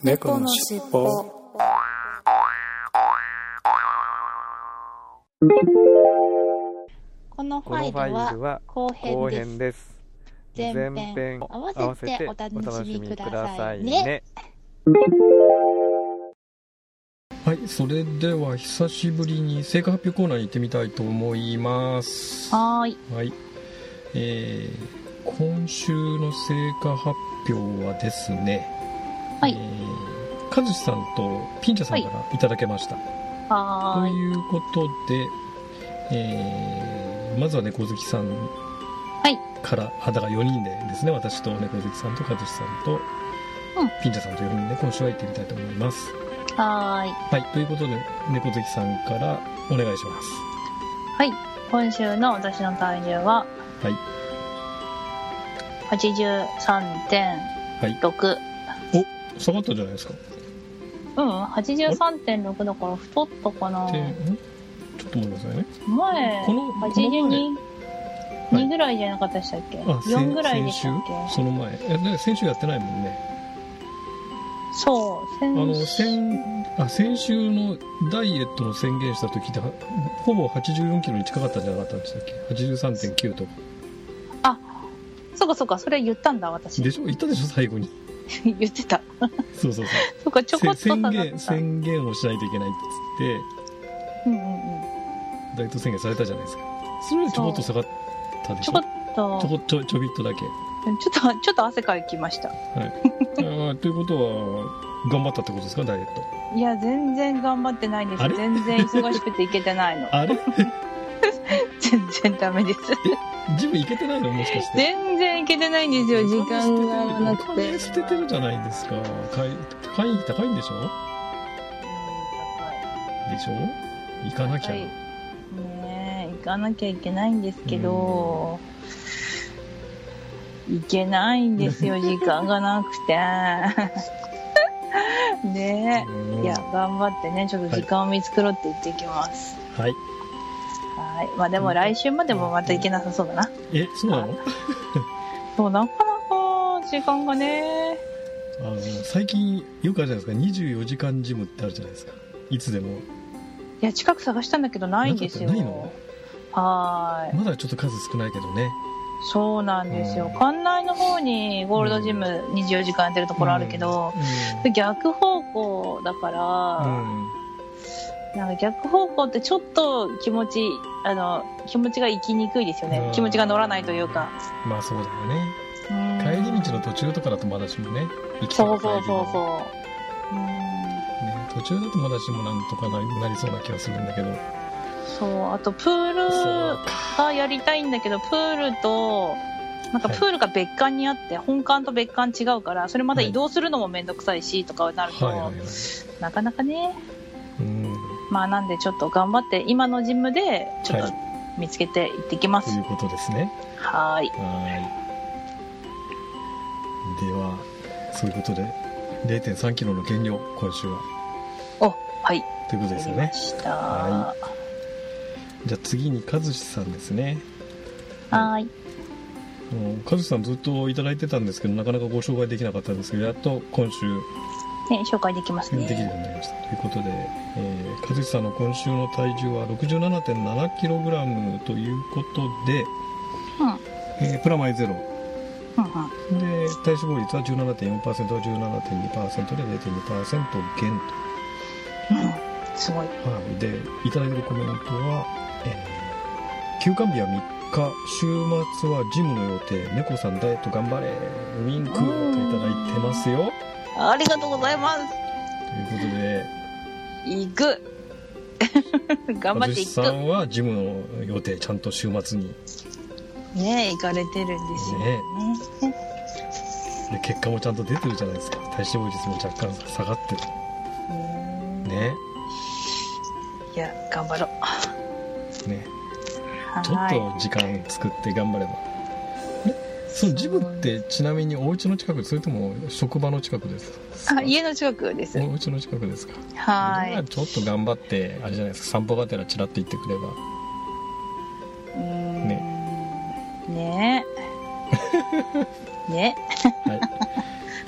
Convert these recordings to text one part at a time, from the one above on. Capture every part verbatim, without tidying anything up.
猫のしっぽ。 このファイルは後編です。前編合わせてお楽しみくださいね。 はい、それでは久しぶりに成果発表コーナーに行ってみたいと思います。 はい、 はい、えー、今週の成果発表はですね、 はい、 えー、かずしさんとピンチャさんからいただけました。 はい、 ということで、えー、まずは猫好きさんから、はい、あだからよにんでですね、私と猫好きさんとかずしさんと、うん、ピンチャさんとよにんで今週は行ってみたいと思います。 はい、 はい、ということで猫好きさんからお願いします。 はい、今週の私の体重は、 はい、 はちじゅうさんてんろく、はい、 お、下がったじゃないですか。 うん、はちじゅうさんてんろくだから太ったかな。 ちょっと待ってくださいね。 前このはちじゅうに、はい、にぐらいじゃなかったでしたっけ。あ、よんぐらいでしたっけ。 その前え先週やってないもんね。 そう先あの先あ先週のダイエットの宣言した時でほぼはちじゅうよんキロに近かったんじゃなかったんでしたっけ。 はちじゅうさんてんきゅう とか。 あ、そうかそうか、それ言ったんだ私でしょ。言ったでしょ最後に言ってたそうそうそうそうか、ちょこっと宣言宣言をしないといけないって言って、 うんうんうん、 ダイエット宣言されたじゃないですか。それはちょこっと下がったでしょ。 ちょこっとちょこちょちょびっとだけ。 ちょっとちょっと汗かきました。 はい。ということは頑張ったってことですか、ダイエット。 いや全然頑張ってないです。全然忙しくていけてないの。 あれ全然ダメです。 え、ジム行けてないのもしかして。 全然行けてないんですよ。時間が合わなくて。 お金捨ててるじゃないですか。高い高い高いんでしょ。うん、高い。でしょ。行かなきゃ。ねえ、行かなきゃいけないんですけど。いけないんですよ、時間がなくてねえ、いや頑張ってね、ちょっと時間を見繕って行ってきます。 はい、 はい、まあでも来週までもまた行けなさそうだな。 え、そうなのそう、なかなか時間がね。 あの最近よくあるじゃないですか、にじゅうよじかんジムってあるじゃないですか、いつでも。 いや近く探したんだけどないんですよ。 ないの？ はい、 まだちょっと数少ないけどね。そうなんですよ。館内の方にゴールドジムにじゅうよじかんやってるところあるけど、うんうん、逆方向だから、うん、なんか逆方向ってちょっと気持ちあの気持ちが行きにくいですよね、うん、気持ちが乗らないというか。 まあそうだよね、うん、帰り道の途中とかだとまだしもね、行きそうそうそうそう、うん、 ね、途中だとまだしもなんとか な, なりそうな気がするんだけど。 そう、あとプールがやりたいんだけど、プールとなんかプールが別館にあって、はい、本館と別館違うから、それまた移動するのもめんどくさいしとかになると、はいはいはいはい、なかなかね、うん、まあなんでちょっと頑張って今のジムでちょっと見つけて行ってきます、 はい、ということですね。 はい、 はい、ではそういうことで れいてんさんキロの減量、今週はお、はい、 ということですよね。 やりました。はい、 じゃあ次にかずしさんですね。 はい。 かずしさんずっといただいてたんですけど、なかなかご紹介できなかったんですけど、やっと今週、 ね、紹介できますね。 できるようになりました。ということで、えー、かずしさんの今週の体重は ろくじゅうななてんななキログラム ということで、うんえー、プラマイゼロ。うんうん、で、体脂肪率は じゅうななてんよんパーセント は じゅうななてんにパーセント で れいてんにパーセント 減と。 うん、すごい。 はい。で、いただいているコメントは、えー、休館日はみっか、週末はジムの予定、猫さんダイエット頑張れ、ウィンクといただいてますよ。 ありがとうございます。 ということで、 行く頑張って行く。 かずしさんはジムの予定、ちゃんと週末にね、行かれてるんですよね。ねで、結果もちゃんと出てるじゃないですか。体脂肪率も若干下がってる。ね。 いや、頑張ろう。ね。ちょっと時間作って頑張れば。そのジムってちなみにお家の近く、それとも職場の近くですか？ あ、家の近くです。 お家の近くですか？ はい。 ちょっと頑張ってあれじゃないですか、散歩がてらチラッと行ってくれば。 うーん。ね。ね。ね。 はい。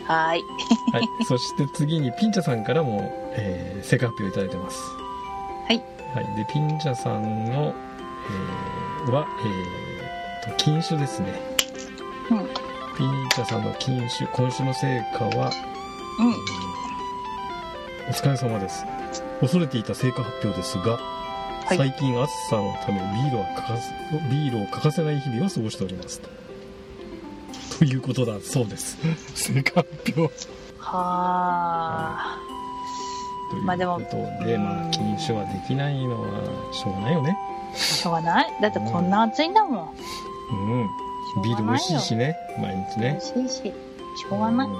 はい。 はい。そして次にピンチャさんからも、えー、成果発表いただいてます。 はい。 はい。で、ピンチャさんの、えー、は、えーと、金種ですね。 うん。 ピンチャさんの金種、今週の成果は、 うん。 お疲れ様です。恐れていた成果発表ですが、はい、最近暑さのためビールは欠かせ、ビールを欠かせない日々を過ごしておりますと。ということだそうです。成果発表。 はあ。 ということで、まあ、まあ、禁酒はできないのはしょうがないよね。 しょうがない。だってこんな暑いんだもん。 うん。ビール美味しいしね、毎日ね。 美味しいし、しょうがない。うん、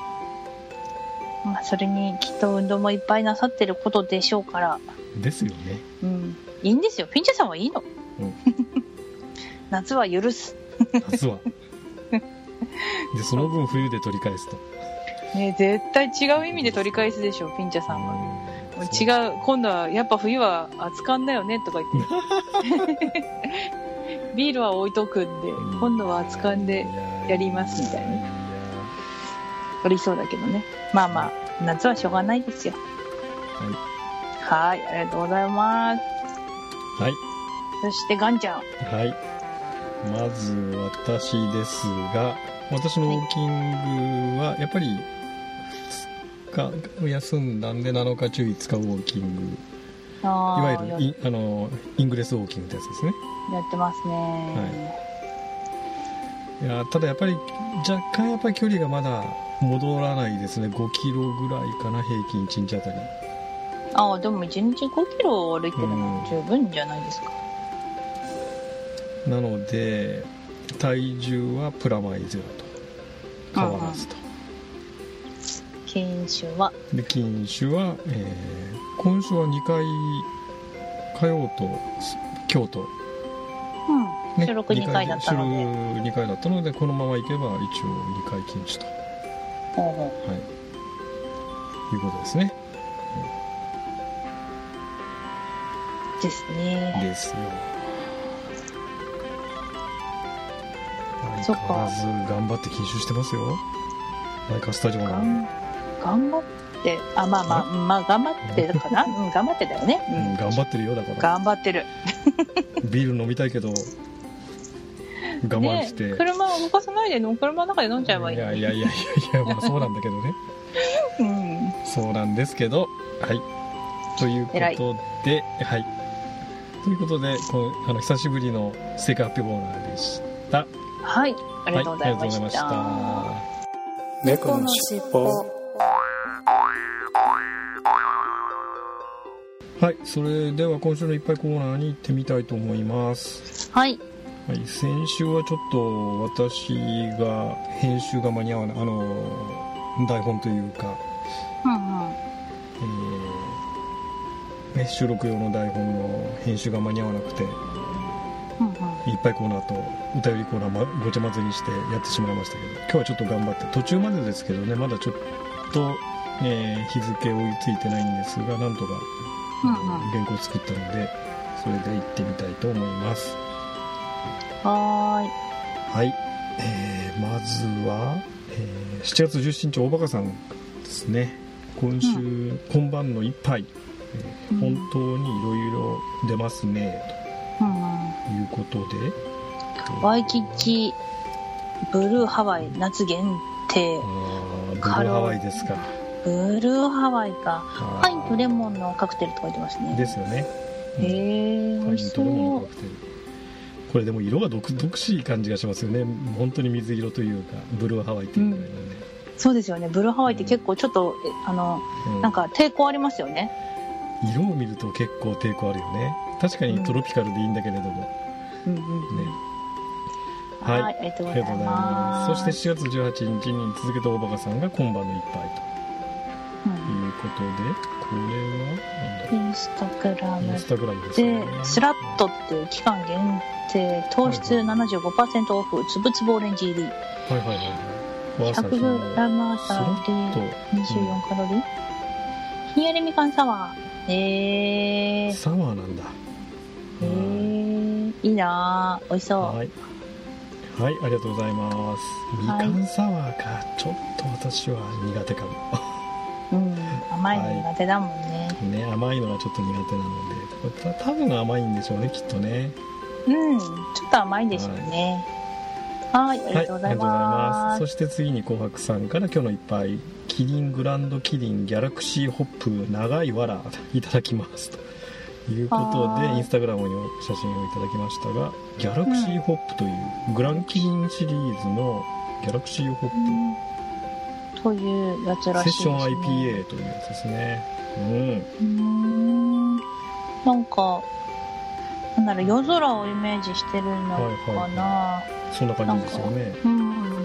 まあ、それにきっと運動もいっぱいなさってることでしょうから。 ですよね。 うん。いいんですよ。ピンチャさんはいいの。うん、夏は許す。 夏は。で、その分冬で取り返すと。 ね、絶対違う意味で取り返すでしょ、ピンチャさんは。違う、今度はやっぱ冬は熱燗だよねとか言って。ビールは置いとくんで、今度は熱燗でやりますみたいな。ありそうだけどね。まあまあ、夏はしょうがないですよ。はい。はい、ありがとうございます。はい。そして、ガンちゃん。 はい。まず、私ですが、私のウォーキングは、やっぱり、ふつか休んだんで、なのか中いつかウォーキング。あいわゆるイン、あの、イングレスウォーキングってやつですね。 やってますね。 はい。いや、ただやっぱり、若干やっぱり距離がまだ戻らないですね。ごキロぐらいかな、平均いちにちあたり。 ああ、でもいちにちごキロ歩いてるの十分じゃないですか。 うん、なので、体重はプラマイゼロと変わらずと。 禁酒はで禁酒は、えー、今週はにかい火曜と京都、 うんね、収録にかいだったので収録にかいだったのでこのままいけば一応にかい禁酒と、ほうほう、はい、いうことですね、 うん、ですねですよ。相変わらず頑張って禁酒してますよ。マイカスタジオなの頑張ってあまあまあまあ頑張ってるかな、うん、頑張ってだよね、 うん、頑張ってるよ。だから頑張ってるビール飲みたいけど我慢して、 ね、車を動かさないで車の中で飲んじゃえばいい。 いやいやいやいやいやまあそうなんだけどね、うん、そうなんですけど、はいということで、はいということでこのあの久しぶりの成果発表コーナーでした。 はい、ありがとうございました。 はい、猫のしっぽ。はい、それでは今週のいっぱいコーナーに行ってみたいと思います。 はい。 はい、先週はちょっと私が編集が間に合わない、あの台本というか、うんうんえーね、収録用の台本の編集が間に合わなくて。いっぱいコーナーと歌よりコーナー、ま、ごちゃ混ぜにしてやってしまいましたけど、今日はちょっと頑張って途中までですけどね、まだちょっと、えー、日付追いついてないんですがなんとか、うんうん、原稿を作ったのでそれで行ってみたいと思います。 はーい。 はい、えー、まずは、えー、しちがつじゅうしちにち大バカさんですね。今週、うん、今晩の一杯、えー、本当にいろいろ出ますねと、うんいうことで、 ワイキキブルーハワイ夏限定。 あブルーハワイですか。 ブルーハワイか。パインとレモンのカクテルとか言ってますね。 ですよね、 うん、へえ、美味しそう。パインとレモンのカクテル、 これでも色が独特しい感じがしますよね。本当に水色というかブルーハワイっていうぐらいのね、 うん、そうですよね。ブルーハワイって結構ちょっと、うん、あの、うん、なんか抵抗ありますよね。 色を見ると結構抵抗あるよね。確かにトロピカルでいいんだけれども、うんうんうんね、はい、 はい、ありがとうございます。 そしてしちがつじゅうはちにちに続けて大バカさんが今晩の一杯ということで、うん、これはインスタグラムインスタグラムですね。 でスラットっていう期間限定糖質 ななじゅうごパーセント オフつぶつぶオレンジ入り、はいはいはいはい、ひゃくグラム あたりにじゅうよんカロリー、うん、ひんやりみかんサワー。へー、 サワーなんだ。 へー、いいなぁ、美味しそう。はい、 はい、ありがとうございます。みかんサワーか、ちょっと私は苦手かも。 うん、甘いの苦手だもんね。 ね、甘いのはちょっと苦手なので、た多分甘いんでしょうね、きっとね。 うん、ちょっと甘いでしょうね。はい、はい、ありがとうございます。はい、ありがとうございます。 そして次に紅白さんから今日の一杯、キリングランドキリンギャラクシーホップ長いわらいただきますということで、インスタグラムに写真をいただきましたが、ギャラクシーホップという、うん、グランキリンシリーズのギャラクシーホップ、 うん、というやつらしいですね。 セッション アイピーエー というやつですね。うん。 うーん、なんかなんだろう、夜空をイメージしてるのかな、はいはい、 そんな感じですよね。 うん、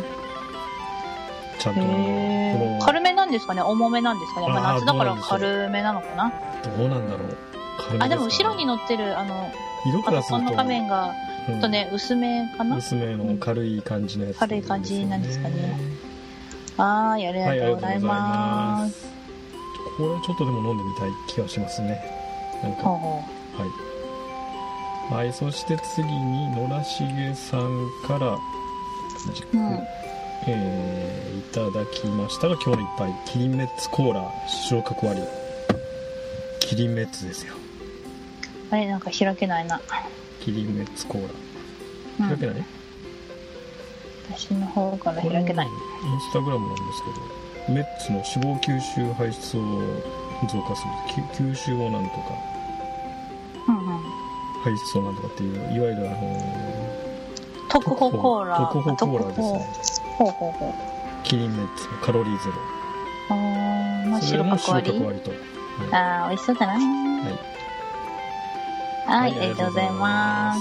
ちゃんとこの軽めなんですかね、重めなんですかね。まあ、夏だから軽めなのかな。 どうなんだろう。軽めですかね。 あ、でも後ろに乗ってるあの色からするとパソコンの画面がちょっとね、うん、薄めかな。 薄めの軽い感じのやつ、ね、 軽い感じなんですかね。はい、ありがとうございます。 これちょっとでも飲んでみたい気がしますね。なんか、ほうほう、はい。はい、そして次に野良重さんから、うん、えー、いただきましたが、今日の一杯キリンメッツコーラ白角割り。キリンメッツですよ。 あれ、なんか開けないな。 キリンメッツコーラ開けない、うん、 私の方から開けない。 インスタグラムなんですけど、メッツの脂肪吸収排出を増加する吸収をなんとか、うんうん、排出をなんとかっていう、いわゆるあの特保コーラ特保コーラですね。 ほうほうほう。 キリンメッツのカロリーゼロ。 あー、まあ、 それも白角割りと、はい、 あー、美味しそうだな。はい、はい、ありがとうございます。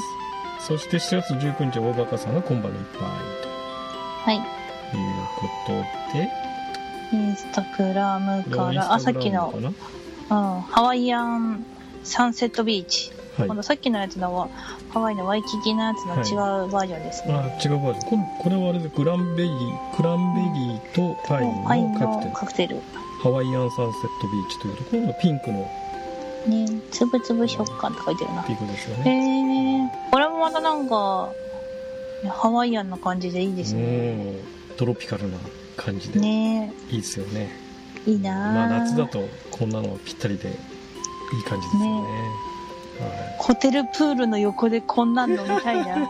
そしてしちがつじゅうくにち、大バカさんが今晩の一杯と、 はい、 いうことで、 インスタグラムから、あ、さっきの、うん、ハワイアンサンセットビーチ。はい、このさっきのやつのはハワイのワイキキのやつの違うバージョンですね。 はい、あ、違うバージョン。これはあれでクランベリー、クランベリーとパインのカクテル。 カクテル。 ハワイアンサンセットビーチというところのピンクの。 ね、つぶつぶ食感って書いてるな。 ピンクですよね。 へー。これもまたなんか、ハワイアンな感じでいいですね。 うん。トロピカルな感じで。ね。いいですよね。 いいなぁ。 まあ夏だとこんなのぴったりでいい感じですよね。ね、 はい、ホテルプールの横でこんなん飲みたいな。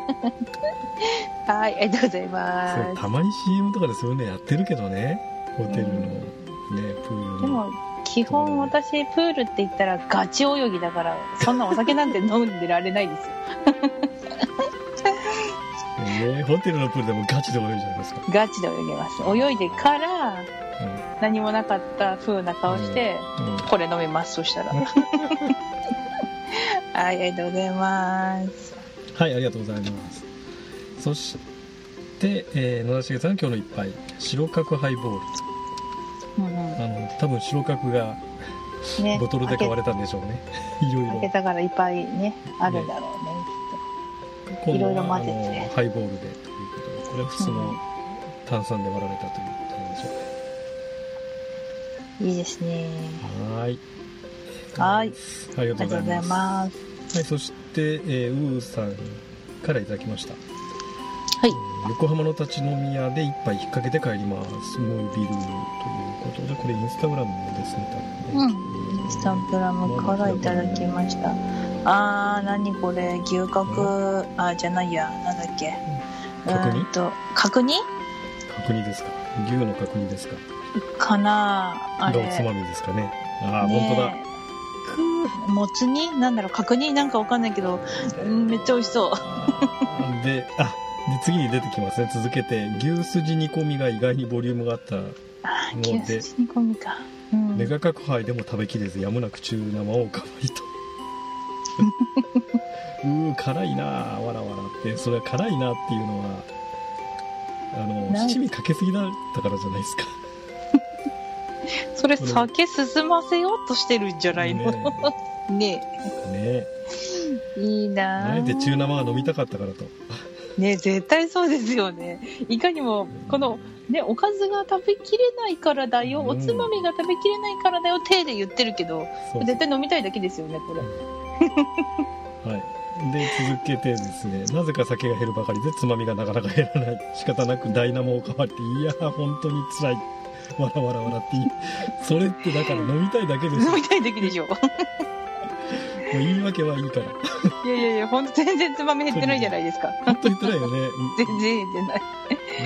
はい、ありがとうございます。 たまに シーエム とかでそういうのやってるけどね、ホテルのね、うん、プールの。 でも基本私プールって言ったらガチ泳ぎだから、そんなお酒なんて飲んでられないですよ。 ね、ホテルのプールでもガチで泳いじゃいますか。 ガチで泳げます。泳いでから、うん、何もなかった風な顔して、うんうん、これ飲みます。そしたら。はい、ありがとうございます。 はい、ありがとうございます。そして、えー、野田茂さん、今日の一杯白角ハイボール、うんうん、あの多分白角が、ね、ボトルで買われたんでしょうね。いろいろ開けたからいっぱいねあるんだろうね、ね、きっといろいろ混ぜてハイボールでということで、これは普通の炭酸で割られたということなんでしょうね。 いいですね。 はい、 はい、 ありがとうございます。 はい、 そして、えー、ウーさんからいただきました。 はい、 えー、横浜の立ち飲み屋で一杯引っ掛けて帰ります。モービルということで、これインスタグラムですね、多分ね。 うん、インスタグラムからいただきました。あー、何これ、牛角、あ、じゃないや、なんだっけ。 角煮？ と角煮？ 角煮ですか。牛の角煮ですか。 かなあれ。 おつまみですかね。あー、ね、本当だ。 もつ煮なんだろう、角煮なんかわかんないけど、めっちゃ美味しそう。 で、あ、で次に出てきますね。続けて、牛すじ煮込みが意外にボリュームがあったので、 牛すじ煮込みか。うん、 メガ角杯でも食べきれず、やむなく中生をおかわりと。うー、辛いなぁ、わらわらって、それは辛いなっていうのは、あの、七味かけすぎだったからじゃないですか。 それ酒進ませようとしてるんじゃないの？ねえ。ねえ。いいなぁ。 あえて中生が飲みたかったからと。 ねえ、絶対そうですよね。いかにも、この、ね、おかずが食べきれないからだよ、うん、おつまみが食べきれないからだよ、手で言ってるけど、そうそう絶対飲みたいだけですよね、これ。 はい。 で続けてですね、なぜか酒が減るばかりでつまみがなかなか減らない。仕方なくダイナモを代わって、いやー本当に辛い。わらわら笑っていい。それってだから飲みたいだけでしょ。 飲みたいだけでしょ。もう言い訳はいいから。 いやいやいや、ほんと全然つまみ減ってないじゃないですか。 本当に言ってないよね。 全然減ってない。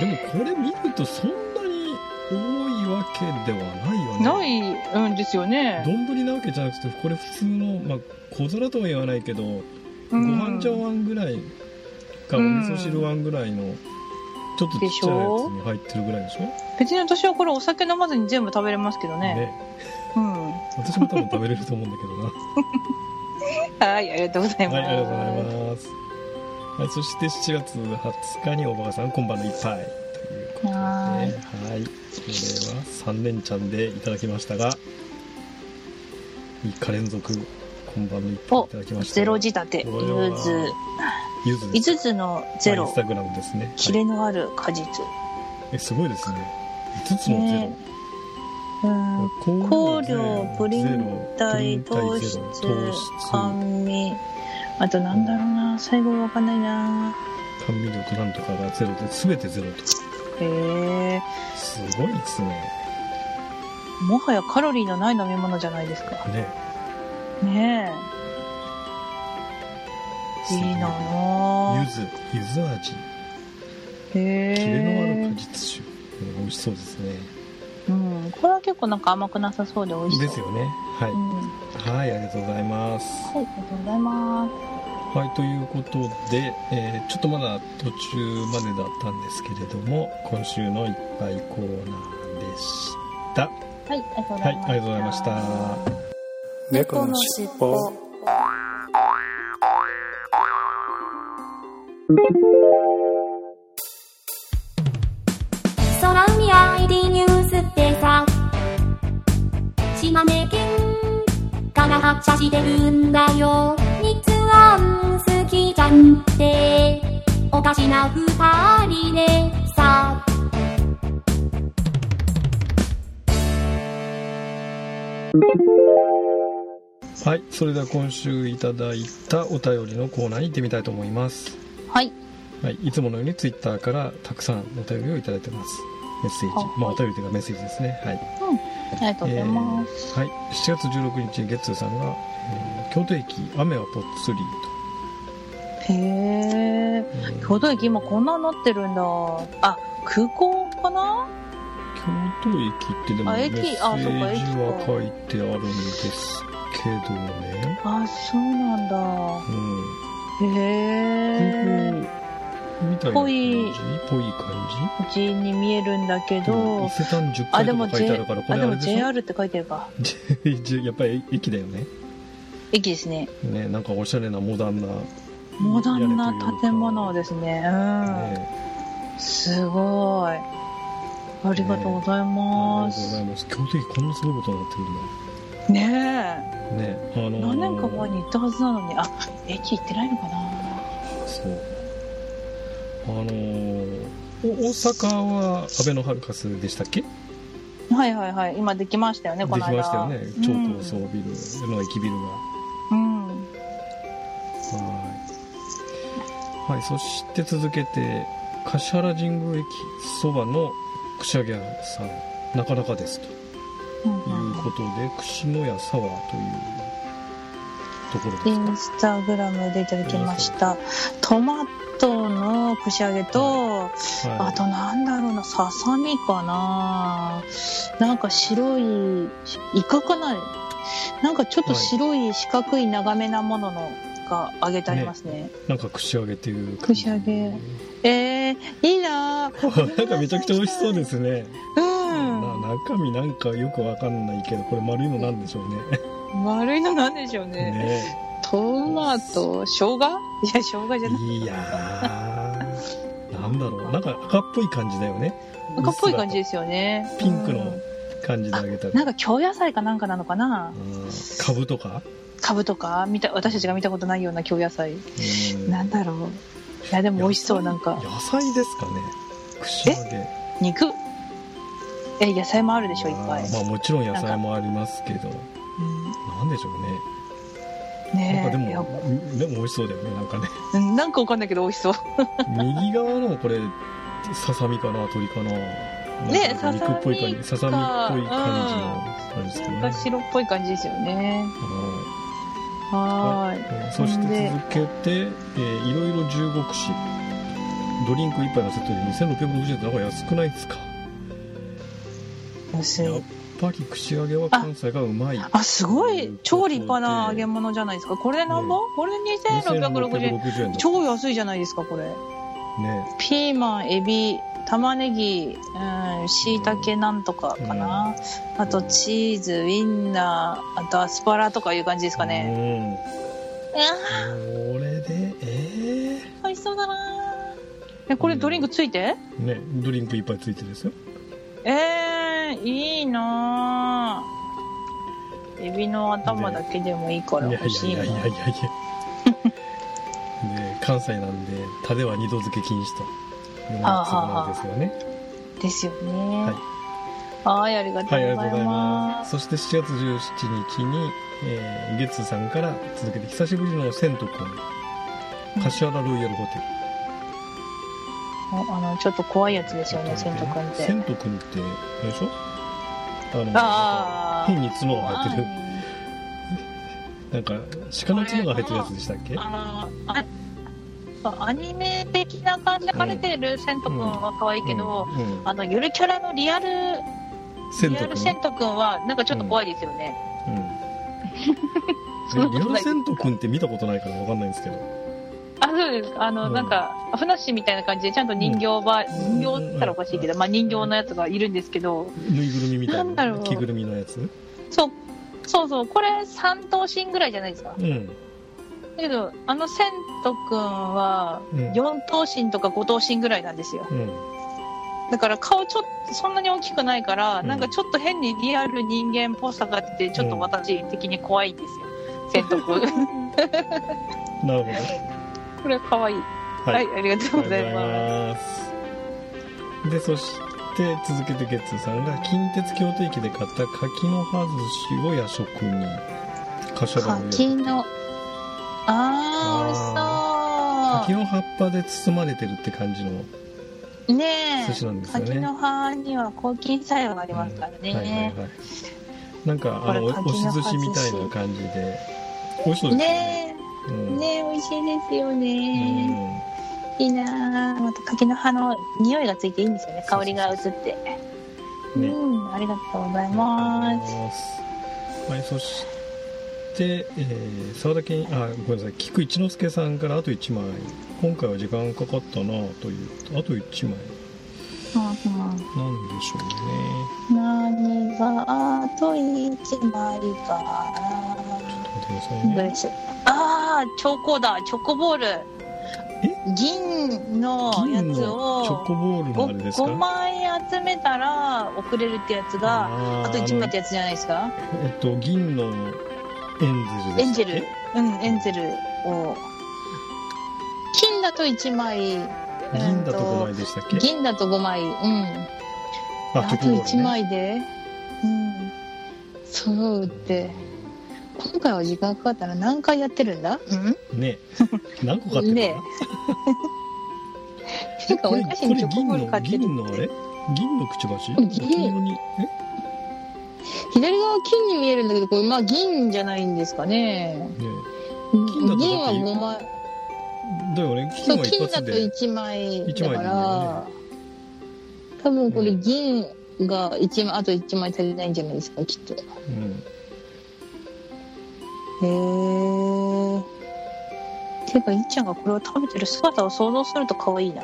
でもこれ見るとそんなに多いわけではないよね。 ないんですよね。 丼なわけじゃなくて、これ普通の、まあ、小皿とは言わないけど、ご飯茶碗ぐらいか、お味噌汁碗ぐらいの、ちょっとちっちゃいやつに入ってるぐらいでしょ。 別に私はこれお酒飲まずに全部食べれますけどね。ね、 うん。私も多分食べれると思うんだけどな。はい、ありがとうございます。 はい、ありがとうございます。はい、そしてしちがつはつかにおばかさん、今晩の一杯ということで、はい。これはさんねんちゃんでいただきましたが、みっか連続、今晩の一杯いただきました。 ゼロ仕立て、ゆず。 ゆずいつつのゼロ、 インスタグラムですね。 キレのある果実。 え、すごいですね。いつつのゼロ。ね、 うん、香料、プリン体、糖質、甘味、あとなんだろうな、最後わかんないな。 甘味料となんとかがゼロで、すべてゼロと。 へえ。 すごいですね。 もはやカロリーのない飲み物じゃないですか。 ね。 ねえ。いいなぁ。 ゆず、ゆず味。 へえ。 キレのある果実酒。美味しそうですね。 うん、これは結構なんか甘くなさそうで美味しそうですよね。はい、うん、はい、ありがとうございます。 はい、ありがとうございます。 はい、ということで、えー、ちょっとまだ途中までだったんですけれども、今週のいっぱいコーナーでした。はい、 ありがとうございました。はい、ありがとうございました。 猫のしっぽ。 空海 アイディー ニュースってさ、島根県から発車してるんだよ。日安好きじゃんっておかしな二人でさ。 はい、それでは今週いただいたお便りのコーナーに行ってみたいと思います。 はい、 はい、いつものようにツイッターからたくさんお便りをいただいてます。メッセージ、まあお便りというかメッセージですね。はい。 うん、ありがとうございます。 えー、はい、しちがつじゅうろくにちゲッツーさんが、えー、京都駅雨はぽっつりと。へえ、京都駅今こんなになってるんだ。あ、空港かな？ 京都駅ってでもメッセージは書いてあるんですけどね。 あ、そうなんだ。うん。へえ。 みたいな感じぽい感じに見えるんだけど、 伊勢丹じゅっかいとか書いてあるからこれあれでしょ。 あ、でも ジェイアール って書いてるか。 やっぱり駅だよね。 駅ですね。 ね、なんかおしゃれなモダンなモダンな建物ですね。うん。ね、すごい。ありがとうございます。 ね、ありがとうございます。京都駅こんなすごいことになってるんだ。 ねえ。 ね、あのー、 何年か前に行ったはずなのに、あ、駅行ってないのかな。 そう。あのー、大阪はアベノハルカスでしたっけ？ はいはいはい、今できましたよね、この間。 できましたよね、超高層ビルの駅ビルが。うん。はい。はい、そして続けて、橿原神宮駅そばの串揚げ屋さん、なかなかですと。ということで、串の屋サワーというところですか。 インスタグラムでいただきました。トマトの串揚げと、はいはい、あとなんだろうな、ささみかな、なんか白いイカかな、なんかちょっと白い四角い長めなもののが揚げてありますね。ね、 なんか串揚げっていう串揚げ、えー、いいなぁ。なんかめちゃくちゃ美味しそうですね。 うん。 な中身なんかよくわかんないけど、これ丸いのなんでしょうね。 丸いのなんでしょうね。ね、トマト、生姜？いや、生姜じゃない。 いやー、なんだろう。なんか赤っぽい感じだよね。 赤っぽい感じですよね。 ピンクの感じで揚げたり。 なんか京野菜かなんかなのかな。 カブとか？ カブとか見た、私たちが見たことないような京野菜。なんだろう。いや、でも美味しそう、なんか。 野菜ですかね。串揚げ。 肉？え、野菜もあるでしょ、いっぱい。 まあもちろん野菜もありますけど。なんでしょうね。 ねえ。 なんかでも、 いやでも美味しそうだよね、なんかね。 うんなんかわかんないけど美味しそう。 右側のこれ、ささみかな、鶏かな。 ねなんか肉っぽい感じ、ささみっぽい感じの、 うんあれですけどね。 なんか白っぽい感じですよね。はーい。 そしてで続けて、えーいろいろじゅうご串。ドリンクいっぱいのセットでにせんろっぴゃくろくじゅうえんってなんか安くないですか？ 安い。 やっぱり串揚げは関西がうまい。 あ、すごい超立派な揚げ物じゃないですか。これで何本、 ねこれでにせんろっぴゃくろくじゅうえん。 にせんろっぴゃくろくじゅうえんだ。 超安いじゃないですか、これ。 ね。 ピーマン、エビ、玉ねぎ、うん、椎茸なんとかかな。あとチーズ、ウインナー、あとアスパラとかいう感じですかね。 うん。これで、えうん、美味しそうだなえ、これドリンクついて、 ー、ね、ドリンクいっぱいついてるんですよ。 えー、いいなぁ。エビの頭だけでもいいから欲しいな。 いやいやいやいやいや。で、関西なんで、タレは二度漬け禁止と。いうのがそうなんですよね。 ですよね。 はい。 はい、ありがとうごはい、あざいりがとうございま。 ますす。そしてしちがつじゅうしちにちに、えー、ゲッツーさんから続けて、久しぶりのセント君、柏原ロイヤルホテル。 あの、ちょっと怖いやつですよね、セント君って。 セント君って、あれでしょあの、 あー変に角が生えてる。なんか、鹿の角が生えてるやつでしたっけ？ あのあアニメ的な感じで描かれてるセント君は可愛いけど、 うんうんあの、ゆるキャラのリアル、 セント君リアルセント君は、なんかちょっと怖いですよね。 うん。えリアルセント君って見たことないからわかんないんですけど。 あ、そうですか。あの、 うんなんか、ふなっしーみたいな感じで、ちゃんと人形ば、 うん人形って言ったらおかしいけど、まあ人形のやつがいるんですけど、 ぬいぐるみみたいなんだろうな着ぐるみのやつ。 そう、そうそう、これさん頭身ぐらいじゃないですか。 うん。 だけど、あのセント君はうんよん頭身とかご頭身ぐらいなんですよ。 うん。 だから顔ちょっとそんなに大きくないから、 うんなんかちょっと変にリアル人間っぽさがあって、ちょっと私的に怖いんですよ。セント君。 なるほど。 これ可愛い。 ははい、ありがとうございます。 ます。で、そして続けてゲッツーさんが近鉄京都駅で買った柿の葉寿司を夜食に。柏原の柿の、あー、美味しそう。 柿の葉っぱで包まれてるって感じのねえ、 寿司なんですよね。 柿の葉には抗菌作用がありますからね。 うんはいはいはい。なんか、あの、 これ押し寿司みたいな感じで、美味しそうですよね。 ねえ、 うん、 ねえ、美味しいですようね。 んいいなぁ。また柿の葉の匂いがついていいんですよね。香りが移って。 ねうん、ありがとうございます。 はい、そして、えー、沢田健、あ、ごめんなさい、菊一之輔さんからあといちまい。今回は時間かかったなという、あといちまい。 うんうん、 なんでしょうね。 何があといちまいかちょっと待ってくださいね。 どうでしょう。あー、チョコだ、チョコボール。銀のや銀つをのチョコボールのあれですか？ ごまい集めたら送れるってやつがあーあといちまいってやつじゃないですか？ えっと、銀のエンゼルですエンジェル、うん、エンゼルを金だといちまい、 銀だとごまいでしたっけ？ 銀だとごまい、うん、 あ、 あといちまい。 いで、うん、揃うって今回は時間かかったら何回やってるんだ？うんね何個買ってるの？ ねえ。てか、おこれ、 菓子これにチョコボール銀の、 買ってるって。 銀のあれ銀のくちばし？ 銀黄色に、え左側金に見えるんだけど、これ、まあ銀じゃないんですかね。 ね銀だとだってはごまい。 だよね。金そう、 は一金だと発で。 いちまい一枚でいいだかよら、多分これ銀がいちまい、あといちまい足りないんじゃないですか、きっと。 うん。 へー。てか、いっちゃんがこれを食べてる姿を想像すると可愛いな。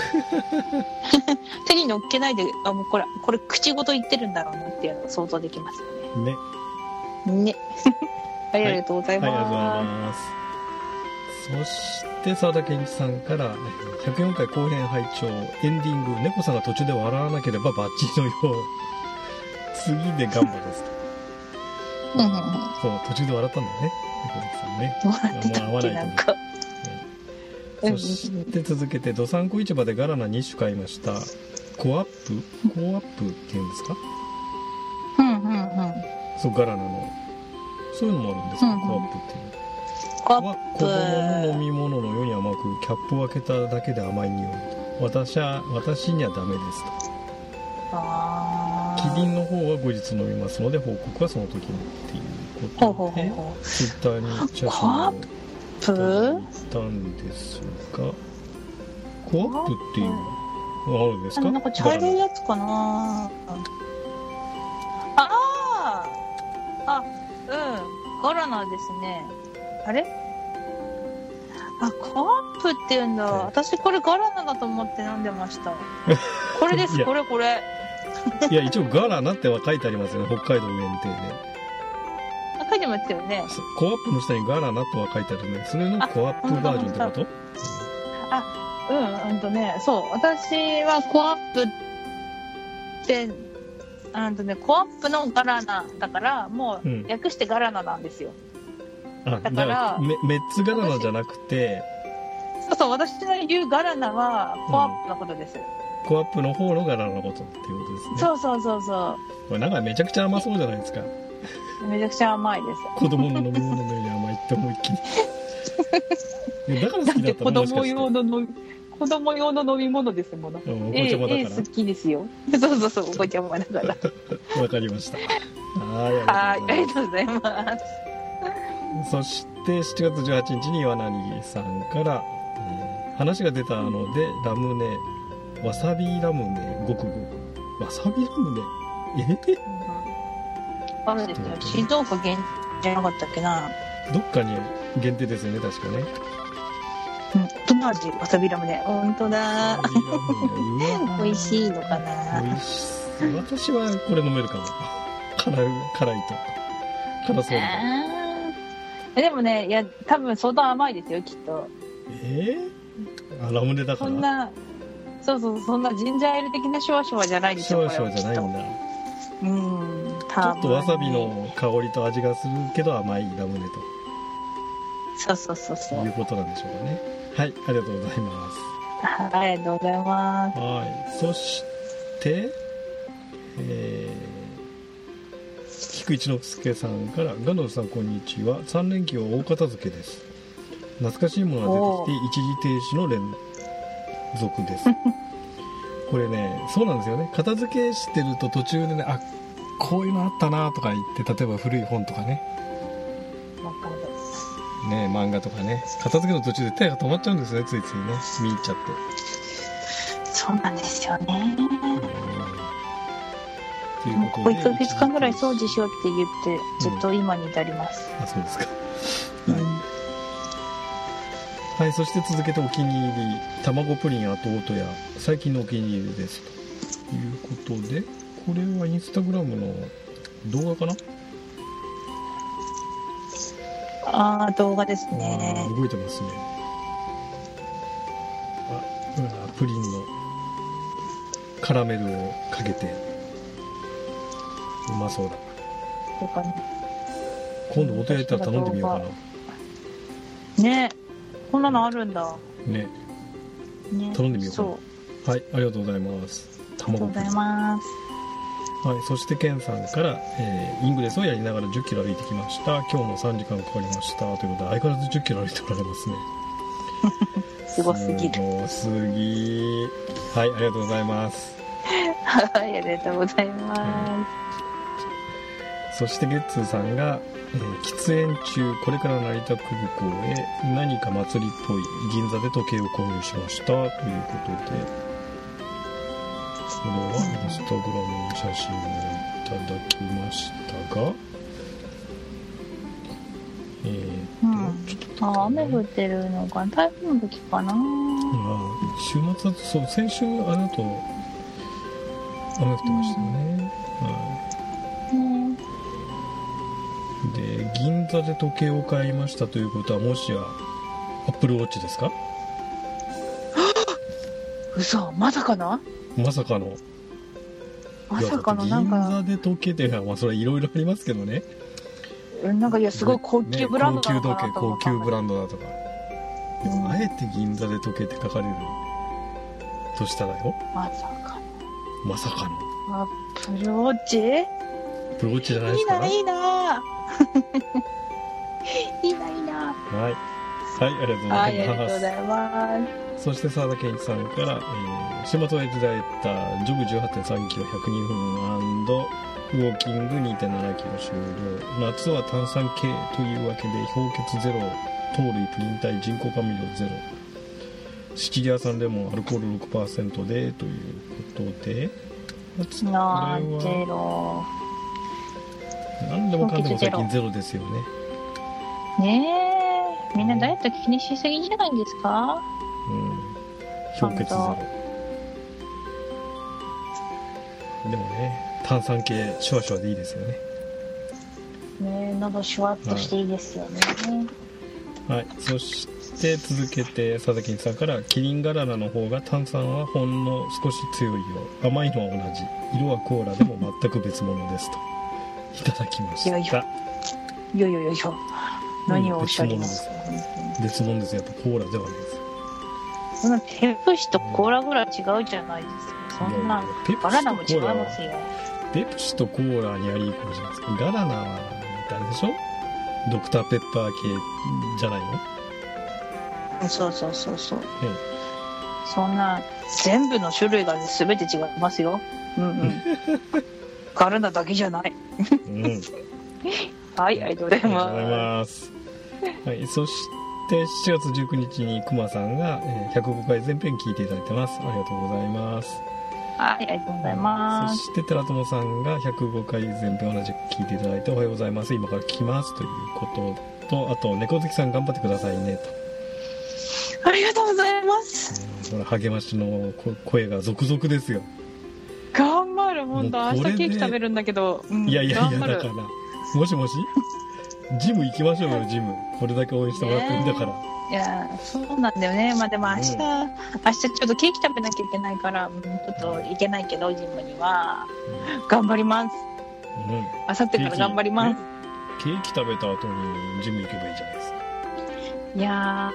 手に乗っけないで、あ、もうこれ、これ口ごと言ってるんだろうなっていうのが想像できますよね。 ね。ね。はい、ありがとうございはい、ありがとうございまます。そして、沢田健一さんから、ひゃくよんかい後編拝聴エンディング、猫さんが途中で笑わなければバッチリのよう。次でガンバです。 す。うんうんうん。 そう、途中で笑ったんだよね。猫さんね。 笑ってたっけ、なんか。 そして続けて、どさんこ市場でガラナに種買いました。コアップコアップって言うんですか？ うんうんうん。 そう、ガラナの。そういうのもあるんですか？ うんうんコアップっていう。 コアはッ子供の飲プ。 み物のように甘く、キャップを開けただけで甘い匂いと。私は、私にはダメですと。 あーキリンの方は後日飲みますので、報告はその時にっていうほうほうことで、 ほうほう。 ツイッターに写真コアッをプたんですが、コアップっていうのはあるんですか？ あのなんか茶色いやつかなあーあ、うん。ガラナですね。あれあ、コアップって言うんだ。私これガラナだと思って飲んでました。これです、 いやこれこれ。 いや、一応ガラナっては書いてありますよね、北海道限定で。 あ、書いてますよね。 そうコアップの下にガラナとは書いてあるね。それのコアップバージョンってこと？ あ、うん、うんとね、そう。私はコアップって、うんとね、コアップのガラナだから、もうんう略してガラナなんですよ。 あ、だだかかららメメッツガラナじゃなくて、 そうそう、私の言うガラナはコアップのことです。 コアップの方のガラナのことっていうことですね。 そうそうそうそこれなんかめちゃくちゃ甘そうじゃないですか。 う。めちゃくちゃ甘いです。 子供の飲み物のように甘いって思いっきり。いやだから好きだった子のもしかして。 供用の飲み、子供用の飲み物ですもの。 うんおえ子ちゃまだえ、好きですよ。そうそうそう、お子ちゃまだから。 から。わかりました。はい、 はい、 あありがとうございまりがとうございます。 す。そしてしちがつじゅうはちにちに岩成さんから、えー話が出たので、ラムネ、わさびラムネ、ごくごく。わさびラムネえあるんですよ。静岡限定じゃなかったっけな。 どっかに限定ですよね、確かね。 うん、どの味わさびラムネ。ほんとだ。 わさびラムネうわ美味しいのかな。 美味しそう。私はこれ飲めるかも。辛い、辛いと。辛そうだ。 えでもね、いや、多分相当甘いですよ、きっと。 えー、あ、ラムネだからそんな、そうそう、そんなジンジャーエール的なシュワシュワじゃないでしょ、 シュワシュワじゃないんこれはきっだ。 と。うん、 ちょ多分っとわさびの香りと味がするけど甘いラムネとそうそうそうそう。 いうことなんでしょうかね。はい、ありがとうございます。 はい、ありがとうございます。 はい。そして、えー、菊一之助さんから、ガンドルさんこんにちは。さん連休は大片付けです。懐かしいものが出てきて、一時停止の連続です。これね、そうなんですよね。片付けしてると途中でね、あ、こういうのあったなとか言って、例えば古い本とかね、 わかる。 ね、漫画とかね、片付けの途中で手が止まっちゃうんですね、ついついね。見入っちゃって。 そうなんですよね。 というもうここことでいっかげつかんぐらい掃除しようって言って、ずっと今に至ります。 あ、そうですか。 うんはい。はい、そして続けてお気に入り、卵プリン後音や、最近のお気に入りです。ということで、これはインスタグラムの動画かな？ ああ、動画ですねあ。ー動いてますね。あ、うわプリンのカラメルをかけて、うまそうだ。 とかね。 今度音焼いたら頼んでみようかな。 ね、こんなのあるんだ。 ね。 ね、 頼んでみようかなそう。 はい、ありがとうございます。 ありがとうございます。 はい、そしてケンさんから、えーイングレスをやりながらじゅっキロ歩いてきました。今日もさんじかんかかりました。ということで、相変わらずじゅっキロ歩いておられますね。 すごすぎる。 すごすぎ。はい、ありがとうございます。 はい、ありがとうございまそしてゲッツーさんが、えー喫煙中、これから成田空港へ何か祭りっぽい銀座で時計を購入しました。ということで、これはインスタグラムに写真をいただきましたが、えーす。うん。 ちょっとあ、雨降ってるのかな。台風の時かな。 まあ、週末だと、そう、先週あれだと雨降ってましたよね。はねい。で、銀座で時計を買いましたということは、もしやアップルウォッチですか？ 嘘、まさかなまさかの。 まさかのなんいやだってか、 銀座で時計っていうのは、まあ、それはいろいろありますけどね。 なんかいや、すごい高級ブランドね、 なの高級時計、 かなと思った高級ブランドだとか。でも、 うんあえて銀座で時計って書かれるとしたらよ。 まさかまさかの。 の。アップルウォッチいいアップルウォッチじゃないですか？ な、いいな。 いいな、いいな。 はい。はい、ありがとうございます。 はい、ありがとうございます。 そして澤田健一さんから、えー、週末はいただいたジョグ じゅうはちてんさんキロひゃくにふん&ウォーキング にてんななキロ終了。夏は炭酸系というわけで氷結ゼロ、糖類プリン体人工甘味料ゼロ、シチリア産レモンアルコール ろくパーセント でということで、 なーゼロ。 何でもかんでも最近ゼロですよね。 ねえ、みんなダイエット気にしすぎじゃないですか。 うん、氷結ゼロ。でもね、炭酸系シュワシュワでいいですよね。 ねえ、喉シュワッとしていいですよね。 はい、はい、そして続けて佐々木さんから、キリンガラナの方が炭酸はほんの少し強いよ、甘いのは同じ、色はコーラでも全く別物ですといただきました。いやいやいやいやいや、何をおっしゃりますか。 別物です。やっぱコーラではないです。 そんなペプシとコーラぐらい違うじゃないですか。そんなガラナも違いますよ。 ペプシとコーラにありイコールじゃないですか。ガラナは誰でしょ、ドクターペッパー系じゃないの。 そうそうそうそう、うん、そんな全部の種類が全て違いますよ。うんうんガラナだけじゃない、うん、はい、ありがとうございます。 はい、そしてしちがつじゅうくにちにくまさんがひゃくごかい全編聞いていただいてます。ありがとうございます。 はい、ありがとうございます。 そして寺友さんがひゃくごかい全編同じく聞いていただいて、おはようございます、今から聞きますということと、あと猫好きさん頑張ってくださいねと。ありがとうございます。 これ励ましの声が続々ですよ。 頑張る。本当明日ケーキ食べるんだけど、うん、 いやいやいや、だからもしもしジム行きましょうよ。ジムこれだけ応援してもらってるんだから、ね、 いやそうなんだよね。まあでも明日、うん、明日ちょっとケーキ食べなきゃいけないから、うん、ちょっと行けないけどジムには、うん、頑張ります。うん、明後日から頑張ります。 ケーキ食べた後にジム行けばいいじゃないですか。 いや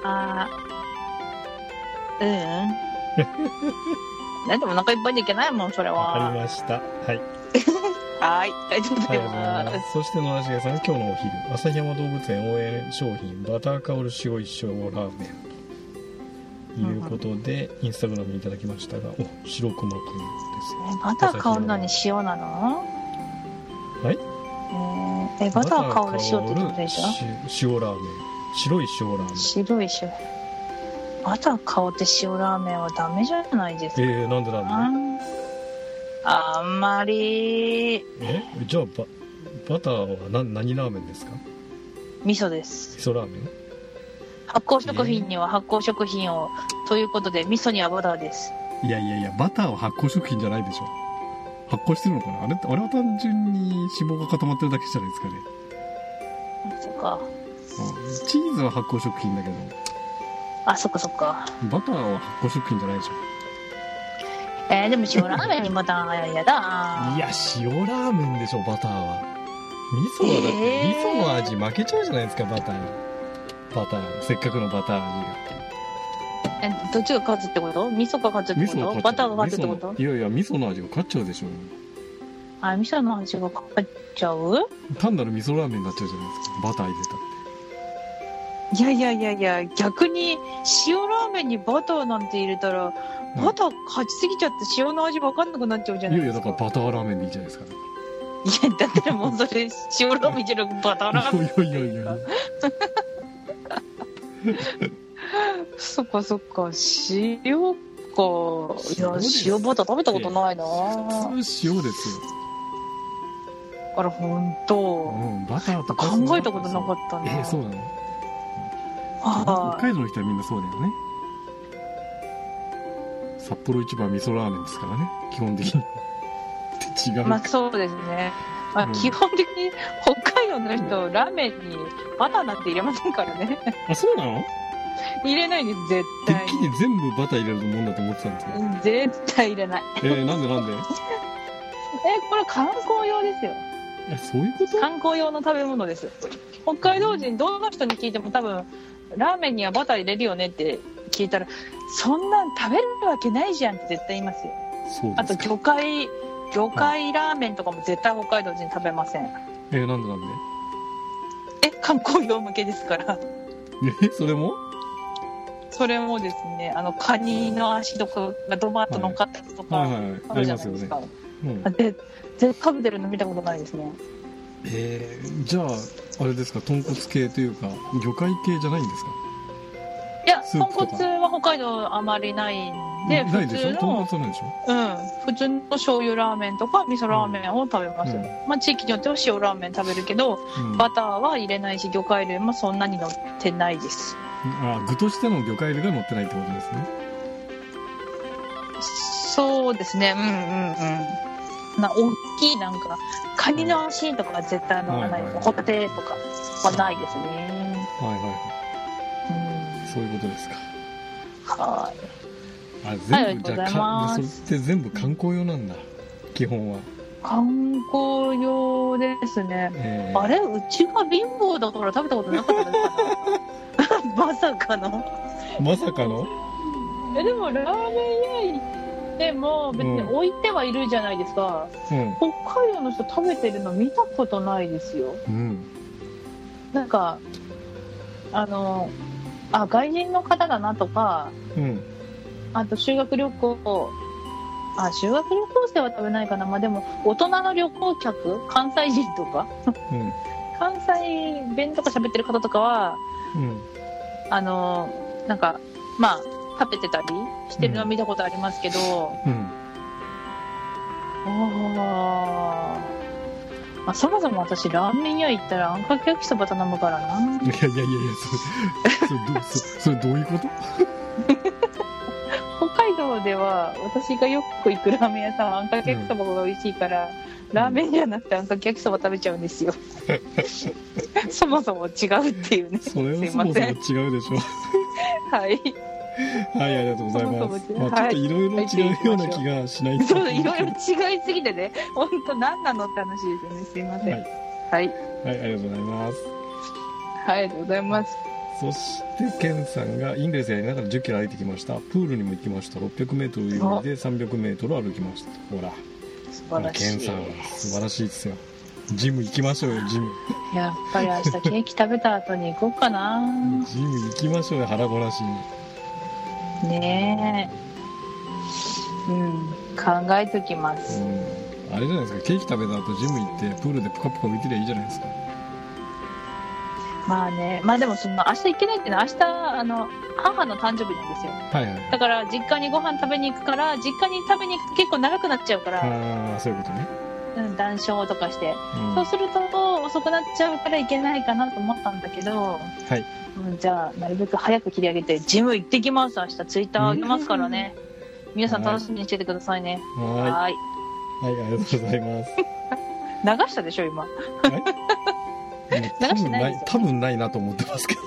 ーうんなんでもお腹いっぱいでいけないもん、それは。 わかりました。はい。 はい、ありがとうございます。 そして野田茂さん、今日のお昼、旭山動物園応援商品、バター香る塩一生ラーメンということで、うん、インスタグラムにいただきましたが、お、白熊くんですね。 バター香るのに塩なの？ はい。 えー、えバター香る塩ってどうでしょ？ 塩ラーメン。白い塩ラーメン。 白い塩。バター香って塩ラーメンはダメじゃないですか。 えー、なんでなんで？ あんまり。 え、じゃあババターは何何ラーメンですか？ 味噌です。 味噌ラーメン？ 発酵食品には発酵食品を、えー、ということで味噌にはバターです。 いやいやいや、バターは発酵食品じゃないでしょ。発酵してるのかな。あれあれは単純に脂肪が固まってるだけじゃないですかね。 そっか、 うん、チーズは発酵食品だけど。 あ、そっかそっか。 バターは発酵食品じゃないでしょ。 えー、でも塩ラーメンにバターはやだいや、塩ラーメンでしょ、バターは。味噌はだって、えー、味噌の味負けちゃうじゃないですか、バターに。バター、せっかくのバター味が。 え、どっちが勝つってこと？味噌が勝つってこと？バターが勝つってこと？ いやいや、味噌の味が勝っちゃうでしょ。 あ、味噌の味が勝っちゃう？ 単なる味噌ラーメンになっちゃうじゃないですか、バター入れたって。 いやいやいやいや、逆に塩ラーメンにバターなんて入れたら、バター勝ちすぎちゃって塩の味分かんなくなっちゃうじゃないですか。いやいや、だからバターラーメンでいいじゃないですか。いや、だったらもうそれ塩ラーメンじゃなくバターラーメン。いやいやいやいやそっかそっか、塩か。いや、塩バター食べたことないな。 普通塩ですよ。 あら、ほんと。 うん、バターとか考えたことなかったね。 えー、そうなの？北海道の人はみんなそうだよね。札幌一番味噌ラーメンですからね、基本的に。違う。 まあそうですね。まあ、うん、基本的に北海道の人、ラーメンにバターなんて入れませんからね。 あ、そうなの？ 入れないです、絶対。 てっきり全部バター入れるもんだと思ってたんですけど。 絶対入れない。 えー、なんでなんで？え、 これ観光用ですよ。 え、そういうこと？ 観光用の食べ物です。北海道人、どの人に聞いても多分、ラーメンにはバター入れるよねって聞いたら、そんなん食べるわけないじゃんって絶対言いますよ。 そうですか。 あと魚介、魚介ラーメンとかも絶対北海道人食べません。 えー、なんでなんで？ え、 観光用向けですから。 え、それもそれもですね、あの、カニの足とかがドバッと乗っかったやつとか、 はいはいはいはい、 あるじゃないですか。 ありますよね。うん、 で、全部食べてるの見たことないですね。 えー、じゃあ、あれですか、豚骨系というか、魚介系じゃないんですか？ いや、豚骨は北海道あまりないんで、 ないでしょ？豚骨はないでしょ？ うん。普通の醤油ラーメンとか味噌ラーメンを食べます。うん、まあ、地域によっては塩ラーメン食べるけど、うん、バターは入れないし、魚介類もそんなに乗ってないです。 あ、具としての魚介類が乗ってないってことですね。 そうですね。うんうんうん。な、大きいなんか、カニの足とかは絶対乗らないです。ホタテとかはないですね。 はいはいはい。うん、そういうことですか。 はい。 あ、全部、じゃあ、それって全部観光用なんだ。基本は。 観光用ですね。えー、あれ、うちが貧乏だから食べたことなかったですかね。まさかの。 まさかのえ、でもラーメン屋行っても別に置いてはいるじゃないですか。うん、北海道の人食べてるの見たことないですよ。うん、なんか、あの、あ、外人の方だなとか、うん、あと修学旅行、あ、修学旅行生は食べないかな。まあでも、大人の旅行客、関西人とか、うん、関西弁とか喋ってる方とかは、うん、あの、なんか、まあ、食べてたりしてるのを見たことありますけど、うんうん、ああ、そもそも私ラーメン屋行ったらあんかけ焼きそば頼むからな。いやいやいやいや、それ、それどう、そ、それどういうこと？ 北海道では私がよく行くラーメン屋さんはあんかけ焼きそばが美味しいから、うん、ラーメンじゃなくてあんかけ焼きそば食べちゃうんですよ。そもそも違うっていうね。 それはそもそも違うでしょ。 はい。 はい、ありがとうございます。まあ、ちょっといろいろ違うような気がしないと。 そう、いろいろ違いすぎてね、本当何なのって話ですよね。すいません。はい。はい。 はい、ありがとうございます。 はい、ありがとうございます。 そして、ケンさんがイングレスやりながらじゅっキロ歩いてきました。プールにも行きました。ろっぴゃくメートル泳いでさんびゃくメートル歩きました。ほら。 素晴らしい。 ケンさん、素晴らしいですよ。ジム行きましょうよ、ジム。 やっぱり明日ケーキ食べた後に行こうかな。 ジム行きましょうよ、腹ごなしに。 ねえ、うん、考えときます、うん、 あれじゃないですか、ケーキ食べた後ジム行ってプールでポカポカ浮いてりゃいいじゃないですか。 まあね、まあでもその明日行けないっていうのは明日あの母の誕生日なんですよ。はいはい。だから実家にご飯食べに行くから実家に食べに行くと結構長くなっちゃうから。 ああ、そういうことね。 うん、談笑とかして、うん、そうすると遅くなっちゃうから行けないかなと思ったんだけど。はい。うん、じゃあなるべく早く切り上げてジム行ってきます。明日ツイッターあげますからね。皆さん楽しみにしててくださいね。 はい。はい、はい、ありがとうございます。 流したでしょ今。はい、流してないですよ、ね、 多分ないなと思ってますけど。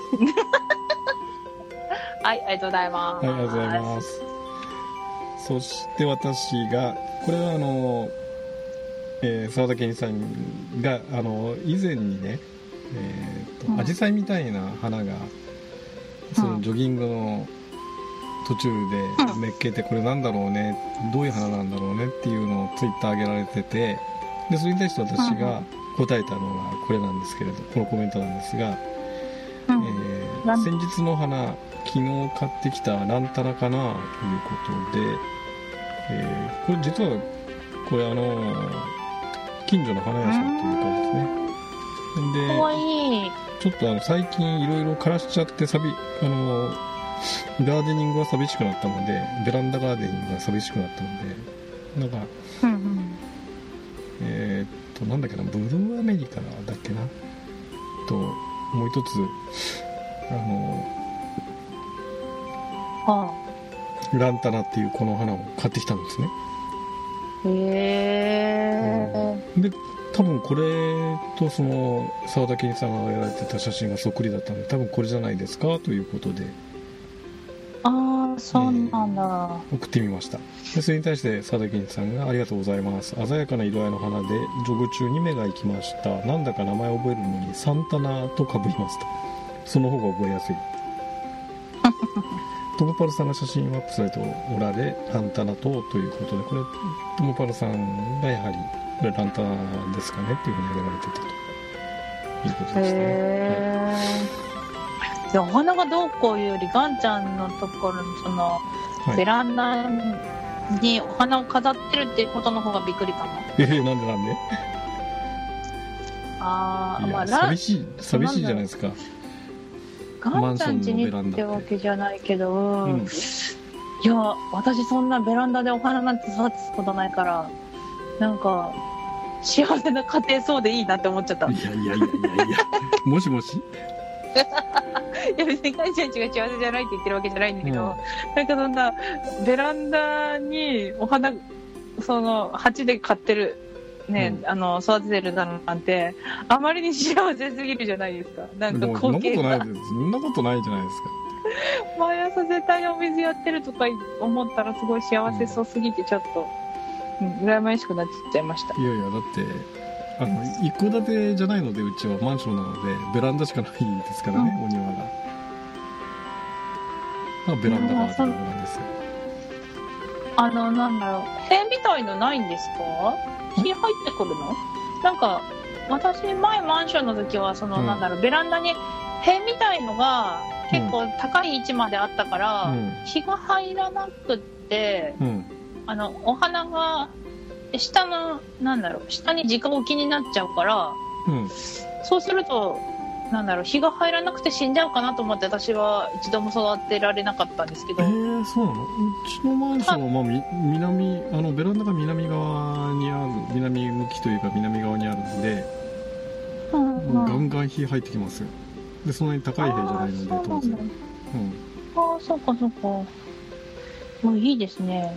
はい、ありがとうございます。 はい、ありがとうございます。そして私がこれはあの、えー、沢田健さんがあの以前にね。えー、とアジサイみたいな花が、うん、そのジョギングの途中でめっけてこれなんだろうね、どういう花なんだろうねっていうのをツイッター上げられてて、でそれに対して私が答えたのがこれなんですけれど、このコメントなんですが、うん、えー、先日の花昨日買ってきたランタナかなということで、えー、これ実はこれあの近所の花屋さんというかですね、でかわいい。 ちょっとあの最近いろいろ枯らしちゃって寂あのガーデニングが寂しくなったので、ベランダガーデニングが寂しくなったので、なんか、うんうん、えー、っとなんだっけな、ブルーアメリカだっけなともう一つあの、はあ、ランタナっていうこの花を買ってきたんですね。 へー、 うん、で多分これとその沢田健さんがやられてた写真がそっくりだったので、多分これじゃないですかということで、 ああそうなんだ、 えー、送ってみました。でそれに対して沢田健さんがありがとうございます、鮮やかな色合いの花でジョグ中に目が行きました、なんだか名前を覚えるのにサンタナとかぶりますと、その方が覚えやすい。トモパルさんが写真をアップされておられ、ランタナとということで、これトモパルさんがやはりこれランタナですかねっていうふうに挙げられてたと。 いうことでしたね。 へー、でお花がどうこういうよりガンちゃんのところのその、はい、ベランダにお花を飾ってるっていうことの方がびっくりかも。 えー、なんでなんであー、まあ、 寂しい寂しいじゃないですか。 ガンちゃん家にってわけじゃないけど、うん、いや私そんなベランダでお花なんて育つことないからなんか幸せな家庭そうでいいなって思っちゃった。 いやいやいやいやいやもしもしいや別にガンちゃん家が幸せじゃないって言ってるわけじゃないんだけど、うん、なんかそんなベランダにお花その鉢で買ってるね、うん、あの育ててるなんてあまりに幸せすぎるじゃないですか。なんか光景がそんなことないです。そんなことないじゃないですか。 毎朝絶対にお水やってるとか思ったらすごい幸せそうすぎてちょっと、うん、羨ましくなっちゃいました。 いやいやだってあの一戸建てじゃないのでうちはマンションなのでベランダしかないですからね、うん、お庭が。まあ、ベランダがあるところなんですよ。 あのなんだろう塀みたいのないんですか？火入ってくるの？なんか私前マンションの時はその、うん、なんだろうベランダに塀みたいのが結構高い位置まであったから、うん、日が入らなくって、うん、あのお花が下のなんだろう下に直置きになっちゃうから、うん、そうするとなんだろう日が入らなくて死んじゃうかなと思って私は一度も育てられなかったんですけど。 えー、そうなの？うちのマンションは、まあ、南あのベランダが南側にある南向きというか南側にあるんで、うんうん、ガンガン火入ってきますよ。でそんなに高い塀じゃないので当然。うん、 ああそうかそうか。もういいですね。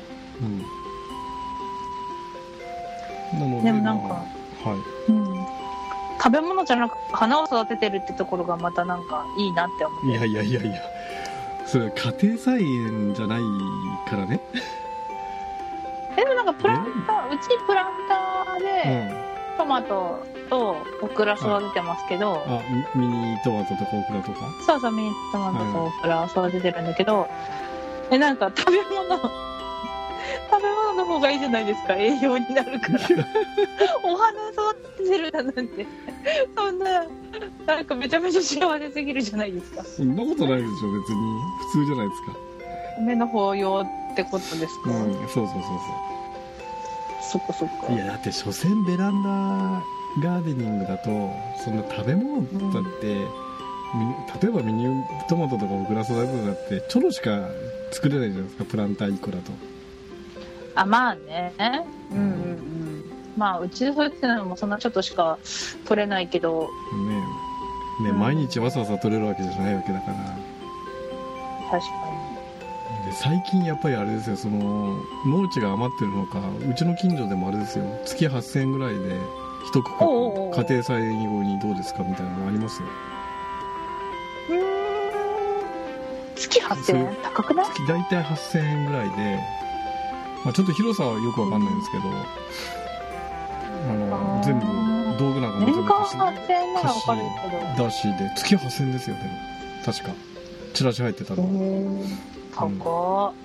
うん。なのででもなんか、 まあ、はい。うん。 食べ物じゃなく花を育ててるってところがまたなんかいいなって思って。 いやいやいやいや、それは家庭菜園じゃないからね。 でもなんかプランター、うちプランターでトマトとオクラ育ててますけど、 あ、ミニトマトとかオクラとか。 そうそうミニトマトとオクラ育ててるんだけど、えなんか食べ物食べ物の方がいいじゃないですか、栄養になるから。お花育ててるだなんてそんななんかめちゃめちゃ幸せすぎるじゃないですか。 そんなことないでしょ別に普通じゃないですか。 目の保養ってことですか？ うん、そうそうそうそう。 そっかそっか。 いやだって所詮ベランダガーデニングだとそんな食べ物だって、うん、例えばミニトマトとかオクラ育てるのだってちょろしか作れないじゃないですかプランターいっこだと。 あまあね、うんうんうん、まあうちで育ててるのもそんなちょっとしか取れないけどねえ、ね、うん、毎日わざわざ取れるわけじゃないわけだから。 確かに。 で最近やっぱりあれですよ、その農地が余ってるのかうちの近所でもあれですよ、月はっせんえんぐらいで一区画家庭菜園用にどうですかみたいなのありますよ。 うーん月はっせんえん高くない？ 月大体はっせんえんぐらいで、まあ、ちょっと広さはよくわかんないんですけど、あの全部道具なんかも全部貸し年間はっせんえんならわかるけどだしで月はっせんえんですよ。でも確かチラシ入ってたの。 高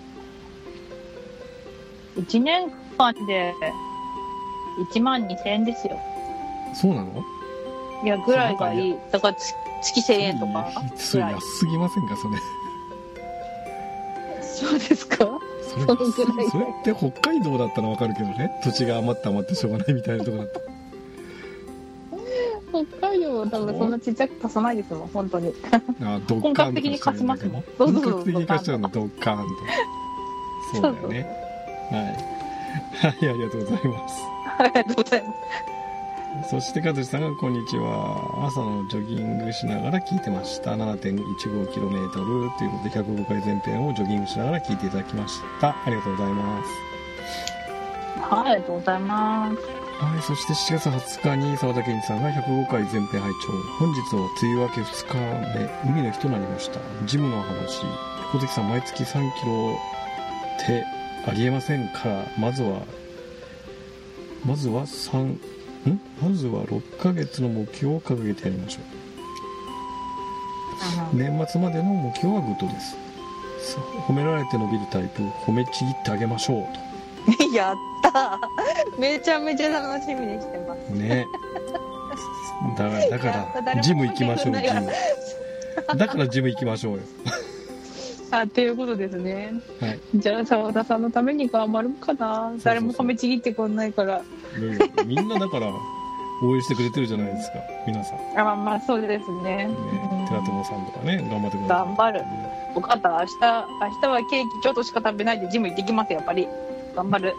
っ、うん、いちねんかんでいちまんにせんえんですよ。 そうなの？ いやぐらいがいい。だから月せんえんとかそれ安すぎませんかそれ。 そうですか？ それ, それって北海道だったらわかるけどね、土地が余って余ってしょうがないみたいなとこだった北海道は多分そんなちっちゃく貸さないですもん本当に。 あドッカーンと本格的に貸しますもん。 本格的に貸しちゃうのドッカーンと。そうだよね。はい、はい、ありがとうございます。 ありがとうございます。 そしてかずしさんがこんにちは、朝のジョギングしながら聞いてました。 ななてんいちごキロメートル ということでひゃくごかい前編をジョギングしながら聞いていただきました。ありがとうございます。 はい、ありがとうございます。 はい、そしてしちがつはつかに沢田健二さんがひゃくごかい前編拝聴。本日は梅雨明けふつかめ、海の日となりました。ジムの話、小関さん毎月さんキロってありえませんから、まずはまずはさんんまずはろっかげつの目標を掲げてやりましょう。年末までの目標はグッドです。褒められて伸びるタイプ、褒めちぎってあげましょうと。 やったー、めちゃめちゃ楽しみにしてますね。 だからだからジム行きましょう。ジムだからジム行きましょうよ。 あ、っていうことですね。 はい。 じゃあ澤田さんのために頑張るかな。誰も褒めちぎってこんないから。 いやいやみんなだから応援してくれてるじゃないですか、皆さん。 あ、まあ、まあそうですね。 ね、寺友さんとかね、頑張ってください。 頑張る。分かった。明日明日はケーキちょっとしか食べないでジム行ってきますやっぱり。頑張る。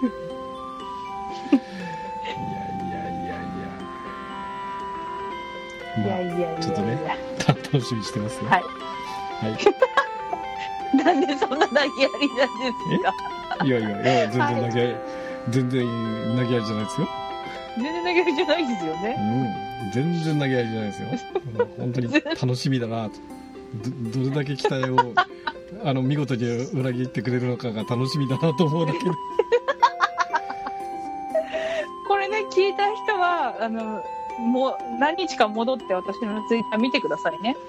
いやいやいやいや。いやいやいやいや。 ちょっとね、楽しみにしてますよ。 はい。 はい。 なんでそんな投げやりなんですか。 いやいやいや、全然投げやり、全然投げやりじゃないですよ。 全然投げやりじゃないですよね。うん、全然投げやりじゃないですよ。本当に楽しみだなと。ど, どれだけ期待をあの見事に裏切ってくれるのかが楽しみだなと思うだけで。 これね、聞いた人はあのもう何日か戻って私のツイッター見てくださいね。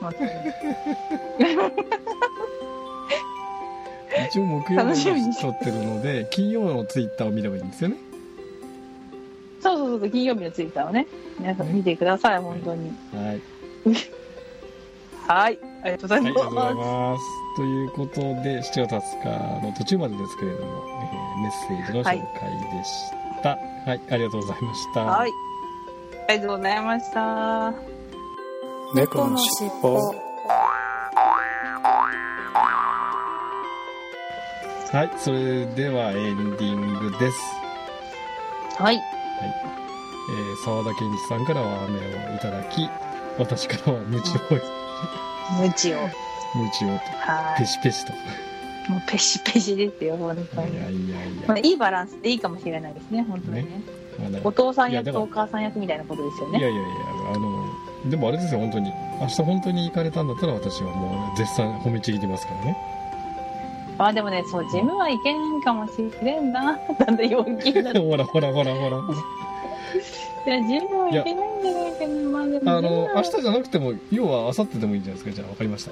一応木曜日に撮ってるので金曜のツイッターを見ればいいんですよね。 そうそうそう、金曜日のツイッターをね、皆さん見てください、ね、本当に。 はい。 はい、ありがとうございます。 はい、ありがとうございます。ということで、しちがつはつかの途中までですけれども、えー、メッセージの紹介でした。はい、はい、ありがとうございました。 はい、ありがとうございました。 猫のしっぽ。はい、それではエンディングです。 はい。 はい、えー、沢田健二さんからは飴をいただき、私からはムチをムチをムチをとペシペシと、 もうペシペシですよ本当に。いやいやいや、まあ、いいバランスでいいかもしれないですね本当にね。ね、まあ、お父さん役とお母さん役みたいなことですよね。 いやいやいや、あのでもあれですよ、本当に明日本当に行かれたんだったら私はもう絶賛褒めちぎりますからね。 まあでもね、そうジムはいけんかもしれんな。なんで陽気になる。 ほらほらほらほら。 いやジムはいけないんじゃないかな。まあでもあの明日じゃなくても要は明後日でもいいんじゃないですか。じゃあ分かりました。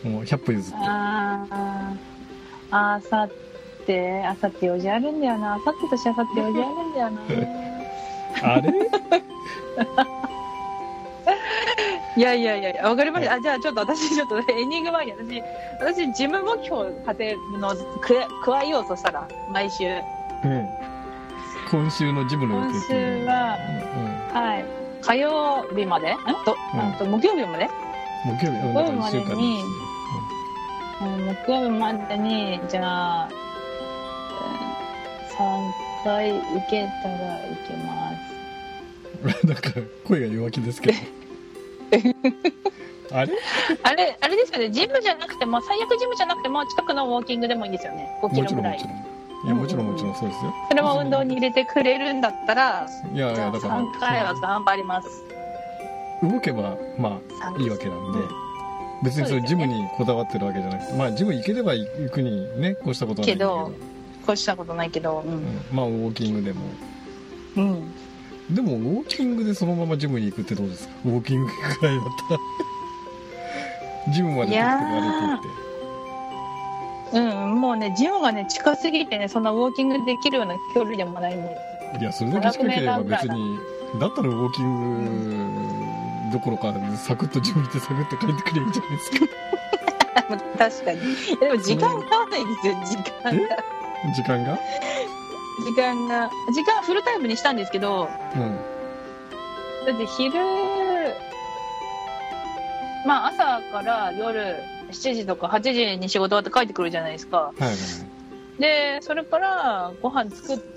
もうひゃっぽ譲って。ああ、明後日明後日用事あるんだよな。明後日とし明後日用事あるんだよな。 あれ？ いやいやいやいや、わかりました。あ、じゃあちょっと私ちょっとエンディング前に私私事務目標立てるの加えようとしたら毎週。 うん。今週のジムの予定。 今週は、うん、はい火曜日まで、んと、うん、と木曜日まで。 木曜日、 木曜日までに、うん、木曜日までにじゃあ、うん、さんかい受けたらいけます。 なんか声が弱気ですけど。あれあれあれですよね。ジムじゃなくても最悪ジムじゃなくても近くのウォーキングでもいいんですよね。ごキロぐらい。 いやもちろんもちろんそうですよ。 それも運動に入れてくれるんだったら、 いやいやだからさんかいは頑張ります。 動けばまあいいわけなんで、別にそれジムにこだわってるわけじゃなくて、まあジム行ければ行くにね越したことはないけど、 越したことないけど、うんうん、 まあウォーキングでも、 うん。 でもウォーキングでそのままジムに行くってどうですか？ウォーキングくらいだったらジムまでテクテク歩いていって。 うん、もうね、ジムがね、近すぎてね、そんなウォーキングできるような距離でもないんです。 いや、それだけ近ければ別に、だったらウォーキングどころか、サクッとジム行ってサクッと帰ってくれるんじゃないですか。 確かに。でも時間が合わないんですよ、時間が。 時間が時間が。時間フルタイムにしたんですけど、うん、だって昼、まあ朝から夜、しちじとかはちじに仕事終わって帰ってくるじゃないですか。はいはい、でそれからご飯作って、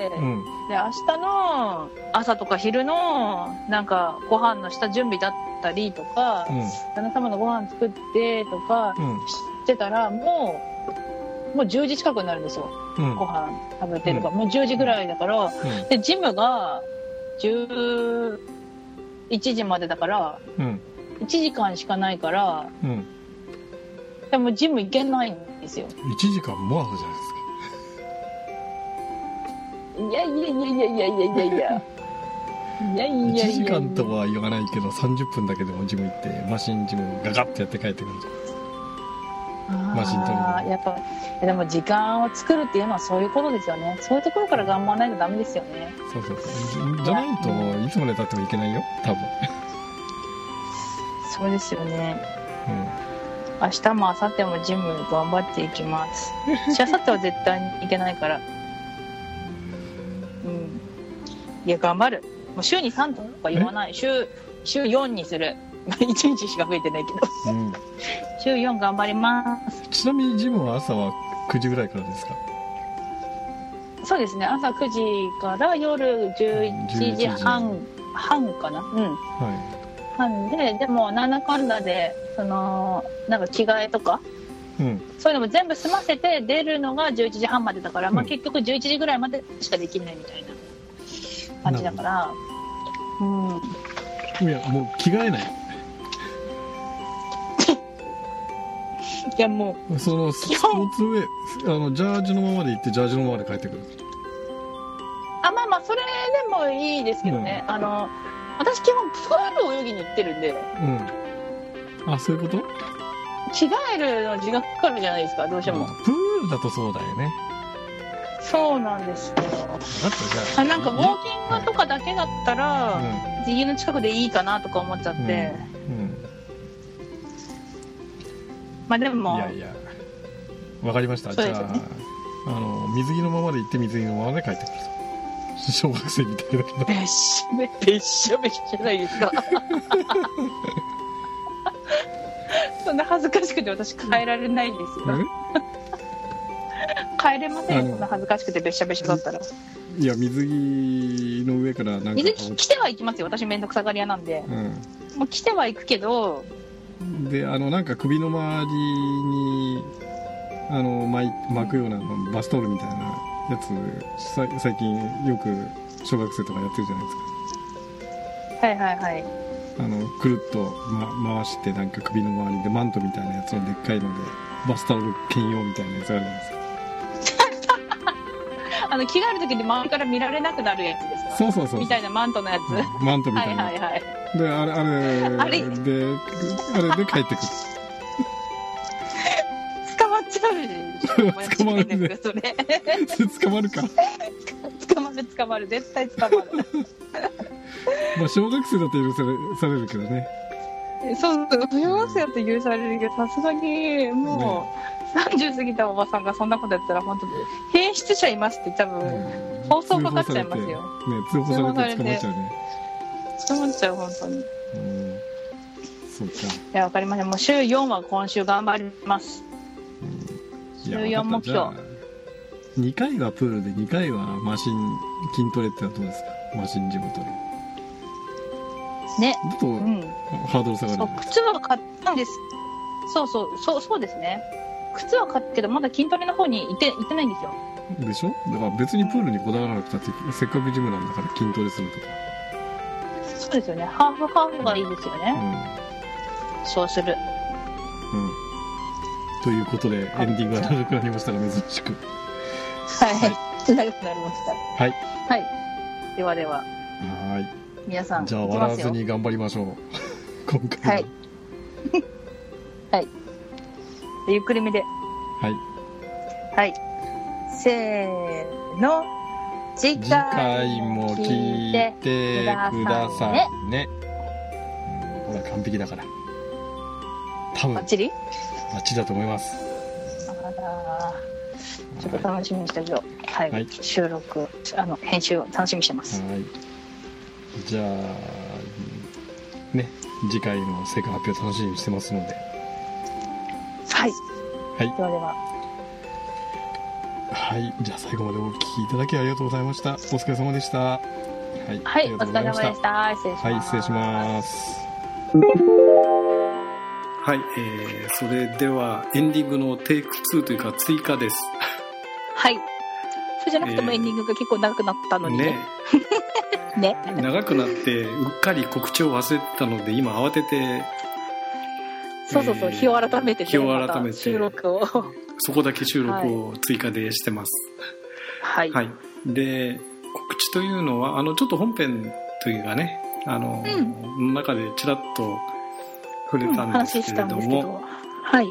うん、で明日の朝とか昼のなんかご飯の下準備だったりとか、うん、旦那様のご飯作ってとかしてたら、うん、もうもうじゅうじ近くになるんですよ、うん、ご飯食べてるから、うん、もうじゅうじぐらいだから、うん、でジムがじゅういちじまでだから、うん、いちじかんしかないから、うん、でもジム行けないんですよ。 いちじかんもあるじゃないですか。いやいやいやいやいやいやいやいやいやいやいちじかんとは言わないけどさんじゅっぷんだけでもジム行ってマシンジムガガッてやって帰ってくると。 マシン取りあーやっぱでも時間を作るっていうのはそういうことですよね。そういうところから頑張らないとダメですよね。 そうそうそうじゃないといつまで経ってもいけないよ多分。 そうですよね。 うん、 明日も明後日もジム頑張っていきます。明後日は絶対にいけないから。うん。いや頑張る。もう週にさんとか言わない。週週よんにする。いちにちしか増えてないけど、うん、週よん頑張ります。 ちなみにジムは朝はくじぐらいからですか？ そうですね、朝くじから夜じゅういちじはん半かな、うん、はい、半で、でもなんだかんだでそのなんか着替えとか、うん、そういうのも全部済ませて出るのがじゅういちじはんまでだから、うん、まあ、結局じゅういちじぐらいまでしかできないみたいな感じだから、うん、 いやもう着替えない。 いやもうそのスポーツウェイ、あのジャージのままで行ってジャージのままで帰ってくる。 あ、まあまあそれでもいいですけどね、うん、あの私基本プール泳ぎに行ってるんで、うん、 あ、そういうこと？ 着替えるの時間かかるじゃないですか、どうしても、うん、 プールだとそうだよね。 そうなんですよ。だってじゃあ、あ、なんかウォーキングとかだけだったら、うん、家の近くでいいかなとか思っちゃって、うんうん、まあでも、 いやいや、わかりました。ね、じゃあ、あの水着のままで行って水着のままで帰ってくると。小学生みたいだけど。 べっしゃべべっしゃべじゃないですか。そんな恥ずかしくて私帰られないんですよ。帰れませんよ、そんな恥ずかしくてべっしゃべしゃだったら。 いや、水着の上からなんか水着着ては行きますよ。私めんどくさがり屋なんで、うん、もう着ては行くけど、 で、あのなんか首の周りにあの 巻, 巻くようなバスタオルみたいなやつ、さ最近よく小学生とかやってるじゃないですか。 はいはいはい。あのくるっと、ま、回してなんか首の周りでマントみたいなやつのでっかいのでバスタオル兼用みたいなやつあるじゃないですか。 あの着替える時に周りから見られなくなるやつですか？ そうそうそう。 みたいなマントのやつ。 うん、マントみたいな。はいはいはい。で、あれ、あれ、あれで、あれで帰ってくる。 捕まっちゃうし。捕まるね。それ。捕まるか。 捕まる捕まる。絶対捕まる。 まあ、小学生だと許され、されるけどね。 そうそう、小学生だと許されるけど、さすがに、もう、ね、さんじゅう過ぎたおばさんがそんなことやったら、本当に、変質者いますって多分、うん、放送かかっちゃいますよ。ね、 通報されて捕まっちゃうね。 捕まっちゃう、本当に。うん。 そうか。いや、わかりません。もう週よんは今週頑張ります。うん、週よん目標。 にかいはプールでにかいはマシン筋トレってのはどうですか？マシンジムトレ。 ね。 だと、うん、ハードル下がる。 そう、靴は買ったんです。そうそう、そう、そうですね。靴は買ったけど、まだ筋トレの方に行って、行ってないんですよ。 でしょ？だから別にプールにこだわらなくたって、せっかくジムなんだから筋トレするとか。 そうですよね。ハーフハーフがいいですよね。うん、そうする。 うん。ということで、エンディングが長くなりましたが、珍しく。 はい。はい、長くなりました。 はい。 はい。ではでは。 はい。 皆さん。 じゃあ、笑わずに頑張りましょう。今回。 はい。はい。ゆっくりめで。 はい。 はい。せーの。次回も聞いてくださいね。ね、 うん、これは完璧だから。多分。 バッチリ？ バッチリだと思います。 あら、ちょっと楽しみにしてるよ。はい。はい、収録、あの編集を楽しみにしてます。 はい。じゃあね、次回の成果発表楽しみにしてますので。 はい。 はい。 ではでは。 はい、じゃあ最後までお聞きいただきありがとうございました。お疲れ様でした。はい、 はい、お疲れ様でした。失礼します。 はい、失礼します。はい、えー、それではエンディングのテイクツーというか追加です。 はい。そうじゃなくてもエンディングが結構長くなったのにね。 ね。ね長くなってうっかり告知を忘れてたので今慌てて。 そうそうそう、えー、日を改めて、ね、 日を改めて収録を。 そこだけ収録を追加でしてます。 はい。 はい。で、告知というのは、あの、ちょっと本編というかね、あの、うん、中でちらっと触れたんですけれども、うん、 話したんですけど、はい。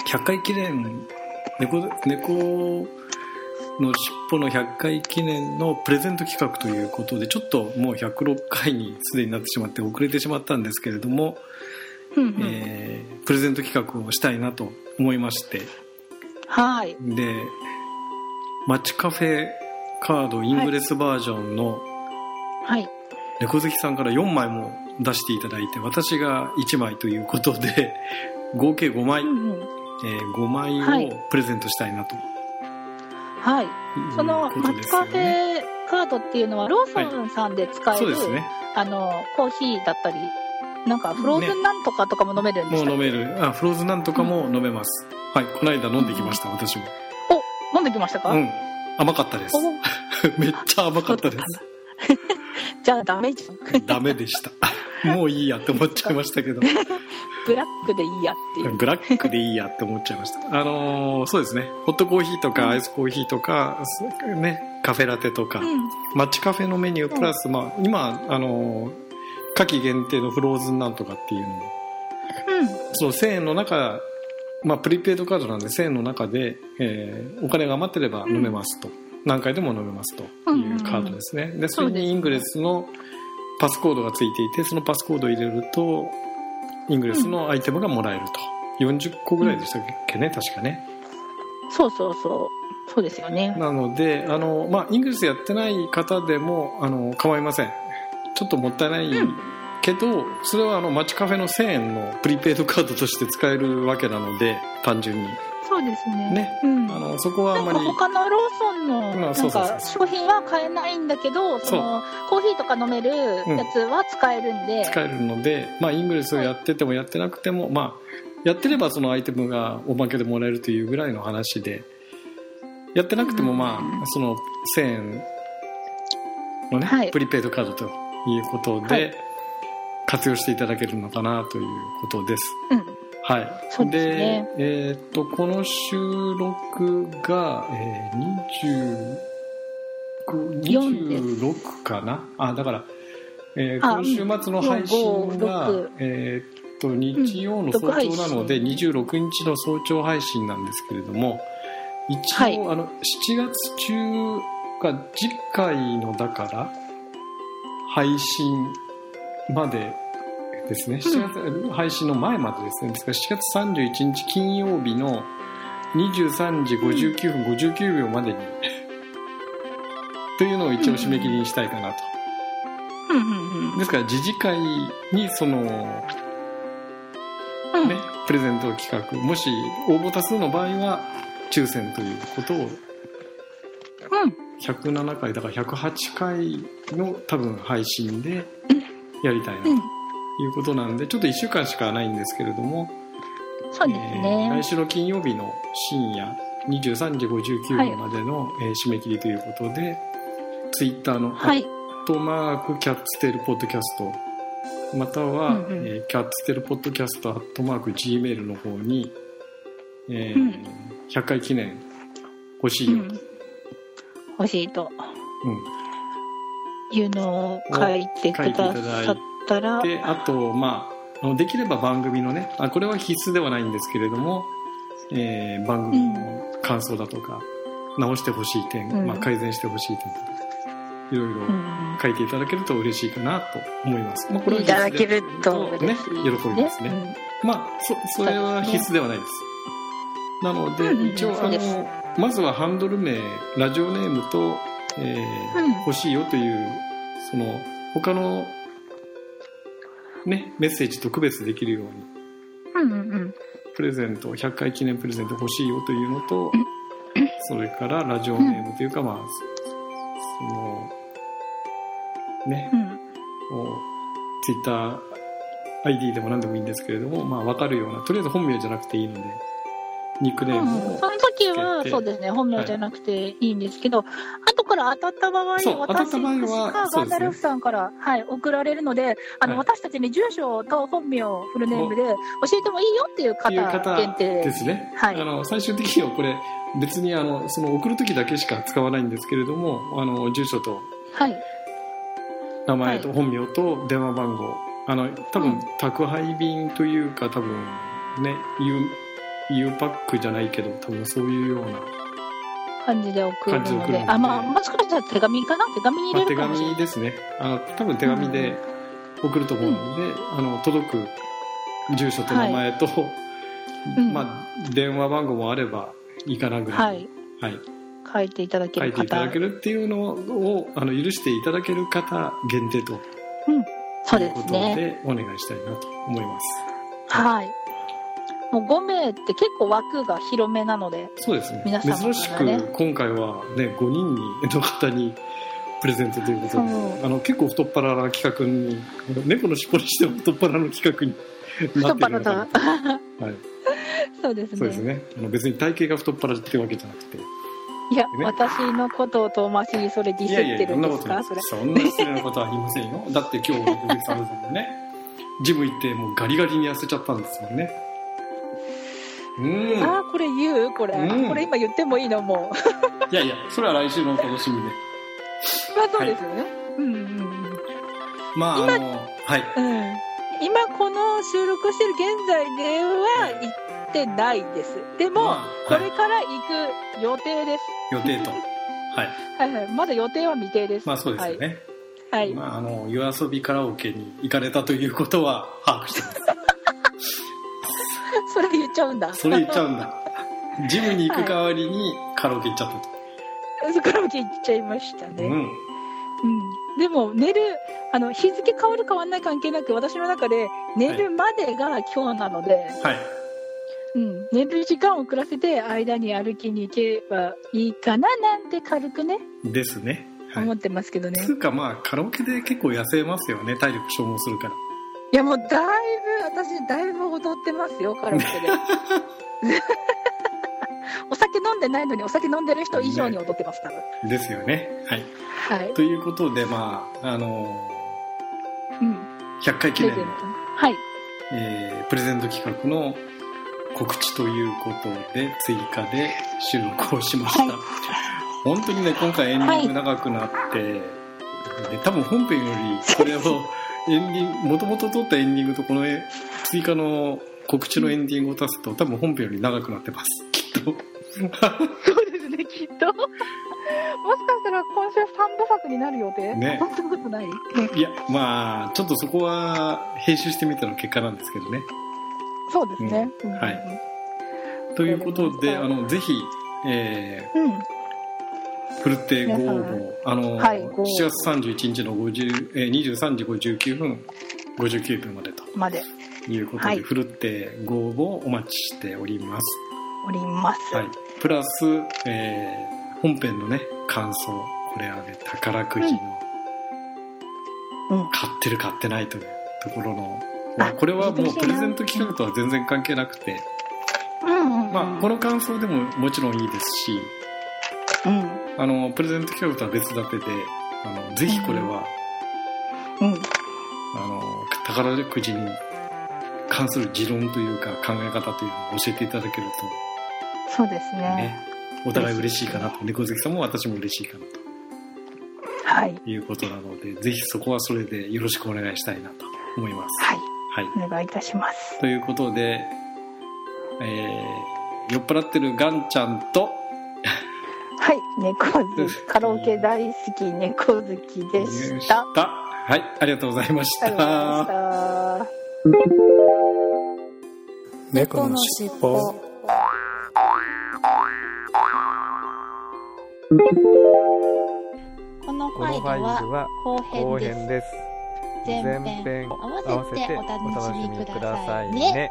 ひゃっかい記念 猫, 猫のしっぽのひゃっかい記念のプレゼント企画ということで、ちょっともうひゃくろっかいにすでになってしまって遅れてしまったんですけれども、うんうん、えー、プレゼント企画をしたいなと思いまして、 はい。 でマッチカフェカードイングレスバージョンの猫好きさんからよんまいも出していただいて、私がいちまいということで合計ごまい、うんうん、えー、ごまいをプレゼントしたいなと。 はい、そのマッチカフェカードっていうのはローソンさんで使える、はい、そうですね、あのコーヒーだったりなんかフローズンなんとかとかも飲めるんですか、ね、 もう飲める。あ、フローズンなんとかも飲めます、うん、はい。この間飲んできました、うん、私も。 お、飲んできましたか？ うん、甘かったですめっちゃ甘かったですじゃあダメじゃんダメでしたもういいやって思っちゃいましたけどブラックでいいやっていうブラックでいいやって思っちゃいました。あのー、そうですね、ホットコーヒーとかアイスコーヒーとか、うん、ね、カフェラテとか、うん、マッチカフェのメニュープラス、うん、まあ、今、あのー、夏季限定のフローズンなんとかっていうのも、うん、そうせんえんの中、まあ、プリペイドカードなんでせんえんの中で、えー、お金が余ってれば飲めますと、うん、何回でも飲めますというカードですね、うんうんうん、でそれにイングレスのパスコードがついていて、そのパスコードを入れるとイングレスのアイテムがもらえると、よんじゅっこぐらいでしたっけね、確かね。 そうそうそうそうですよね。 なのであの、まあ、イングレスやってない方でもあの構いません。ちょっともったいないけど、うん、それはあのマッチカフェのせんえんのプリペイドカードとして使えるわけなので、単純にそうですね、 ね、うん、あのそこはあんまりなんか他のローソンのなんか商品は買えないんだけど、そのコーヒーとか飲めるやつは使えるんで、うん、 使えるので、まあ、イングレスをやっててもやってなくても、まあ、やってればそのアイテムがおまけでもらえるというぐらいの話で、やってなくても、まあ、そのせんえんのね、はい、プリペイドカードということで、はい、活用していただけるのかなということです。うん、はい。 そうですね。 で、えー、っとこの収録が、えー、にじゅうろくかな。あ、だから、えー、今週末の配信が、えー、っと日曜の早朝なのでにじゅうろくにちの早朝配信なんですけれども、一応、はい、あのしちがつ中が次回のだから配信までですね、しちがつ、うん、配信の前までですね、ですからしちがつさんじゅういちにち金曜日のにじゅうさんじごじゅうきゅうふんごじゅうきゅうびょうまでにというのを一応締め切りにしたいかなと、うんうんうん、ですから次々回にその、うん、ね、プレゼント企画、もし応募多数の場合は抽選ということを、うん、ひゃくななかいだからひゃくはちかいの多分配信でやりたいなということなんで、ちょっといっしゅうかんしかないんですけれども、 そうですね、 えー、来週の金曜日の深夜にじゅうさんじごじゅうきゅうびょうまでの、はい、えー、締め切りということで、ツイッターのアットマークキャッツテルポッドキャスト、または、うんうん、えー、キャッツテルポッドキャストアットマーク Gmail の方に、えーうん、ひゃっかい記念欲しいよ、うん、 欲しいと、うん、いうのを書いてくださったら、 で、あと、まあ、できれば番組のね、あ、これは必須ではないんですけれども、えー、番組の感想だとか、うん、直してほしい点、うん、まあ、改善してほしい点とかいろいろ書いていただけると嬉しいかなと思います。まあ、これはいただけると嬉しいですね、喜びますね、うん、まあ そ, それは必須ではないです。なので、うん、一応あのまずはハンドル名、ラジオネームと、えーうん、欲しいよというその他のね、メッセージと区別できるように、うんうんうん、プレゼントひゃっかい記念プレゼント欲しいよというのと、うん、それからラジオネームというか、まあそのね、うん、ツイッター アイディー でも何でもいいんですけれども、まあ、分かるような、とりあえず本名じゃなくていいのでニックネームを、うん、 その時はそうですね、本名じゃなくていいんですけど、はい、後から当たった場合、私かガンダルフさんから、はい、送られるので、あの、はい、私たちに住所と本名、フルネームで教えてもいいよっていう方限定ですね。はい、あの最終的にはこれ別にあのその送る時だけしか使わないんですけれども、あの住所と名前と本名と電話番号、あの多分宅配便というか多分ね、郵 U パックじゃないけど多分そういうような感じで送るので、 のであ、まあ、もしかしたら手紙かな、手紙に入れるかもしれない、 まあ、手紙ですね。あの多分手紙で送ると思うので、うん、あの届く住所と名前と、はい、まあ、電話番号もあればいいかなぐらい、はいはい、 書いていただける方、 書いていただけるっていうのをあの許していただける方限定と、 うん、そうですね、 いうことでお願いしたいなと思います。 はい、もうご名って結構枠が広めなので、 そうですね、 皆様からね、 珍しく今回はねごにんにの方にプレゼントということで、あの結構太っ腹な企画に、猫の尻尾にしても太っ腹の企画になっているのかなと、はい、 そうですね、 そうですね、あの別に体型が太っ腹ってわけじゃなくて、 いや、ね、私のことを遠回しにそれディスってるんですか？いやいや、そんなことない、 そんな失礼なことはありませんよ。だって今日は鈴木さんもねジム行ってもうガリガリに痩せちゃったんですもんね。うん、 あー、これ言うこれ、うん、これ今言ってもいいの？もういやいや、それは来週のお楽しみで。 まあそうですよね、はい、うんうんうん、 まあ今、 あの、はい、 うん、今この収録してる現在では行ってないです。でも、まあ、これから行く予定です。 予定と、はいはいはい、まだ予定は未定です。 まあそうですよね、 はい、 まあ、あの夜遊びカラオケに行かれたということは把握してますそれ言っちゃうんだ。 それ言っちゃうんだ。ジムに行く代わりにカラオケ行っちゃったと、 はい、カラオケ行っちゃいましたね、うんうん、 でも寝るあの日付変わる変わらない関係なく、私の中で寝るまでが今日なので、はい、うん、寝る時間を遅らせて間に歩きに行けばいいかななんて軽くねですね、はい、 思ってますけどね。 つうかまあカラオケで結構痩せますよね、体力消耗するから。 いやもうだいぶ私だいぶ踊ってますよカラオケでお酒飲んでないのにお酒飲んでる人以上に踊ってます、ね、多分ですよね、はい、はい、ということでまああのーうん、ひゃっかい記念の、 はい、 えー、プレゼント企画の告知ということで追加で収録をしました、はい、本当にね今回エンディング長くなって、はい、で多分本編よりこれをエンディングもともと撮ったエンディングとこの追加の告知のエンディングを足すと多分本編より長くなってますきっとそうですね、きっともしかしたら今週さんぶさくになる予定ね。そんなことない？ いやまあちょっとそこは編集してみたの結果なんですけどね。 そうですね、うん、 はい、ということであのぜひ、えーうんふるってご応募、あの、はい、しちがつさんじゅういちにちのごじゅう、えー、にじゅうさんじごじゅうきゅうふんごじゅうきゅうふんまでとまでいうことで、はい、ふるってご応募お待ちしております。 おります。 はい、プラス、えー、本編のね感想、これはね宝くじの、うん、買ってる買ってないというところの、まあ、これはもうプレゼント企画とは全然関係なくて、うんうんうん、まあ、この感想でももちろんいいですし、うん、あのプレゼント企画とは別立てであのぜひこれは、うんうん、あの宝くじに関する持論というか考え方というのを教えていただけると、 そうです ね, ねお互い嬉しいかなと、猫好きさんも私も嬉しいかなと、はい、いうことなのでぜひそこはそれでよろしくお願いしたいなと思います。 はい、はい、お願いいたします。 ということで、えー、酔っ払ってるガンちゃんとはい、猫好き、カラオケ大好き猫好きでした。 はい、ありがとうございました。 猫のしっぽ。 このファイルは後編です。前編合わせてお楽しみくださいね。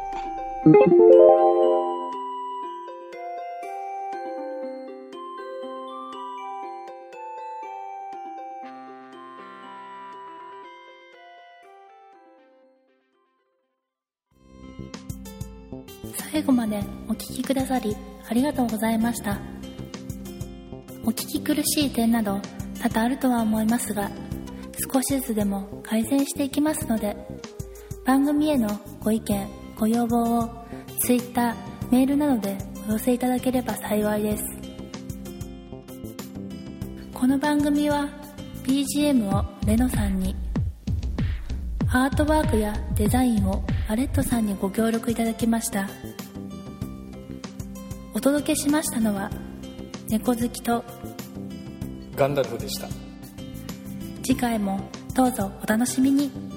最後までお聞きくださりありがとうございました。お聞き苦しい点など多々あるとは思いますが、少しずつでも改善していきますので、番組へのご意見ご要望を Twitter、メールなどでお寄せいただければ幸いです。この番組は ビージーエム をレノさんに、アートワークやデザインをアレットさんにご協力いただきました。 届けしましたのは猫好きとガンダルフでした。 次回もどうぞお楽しみに。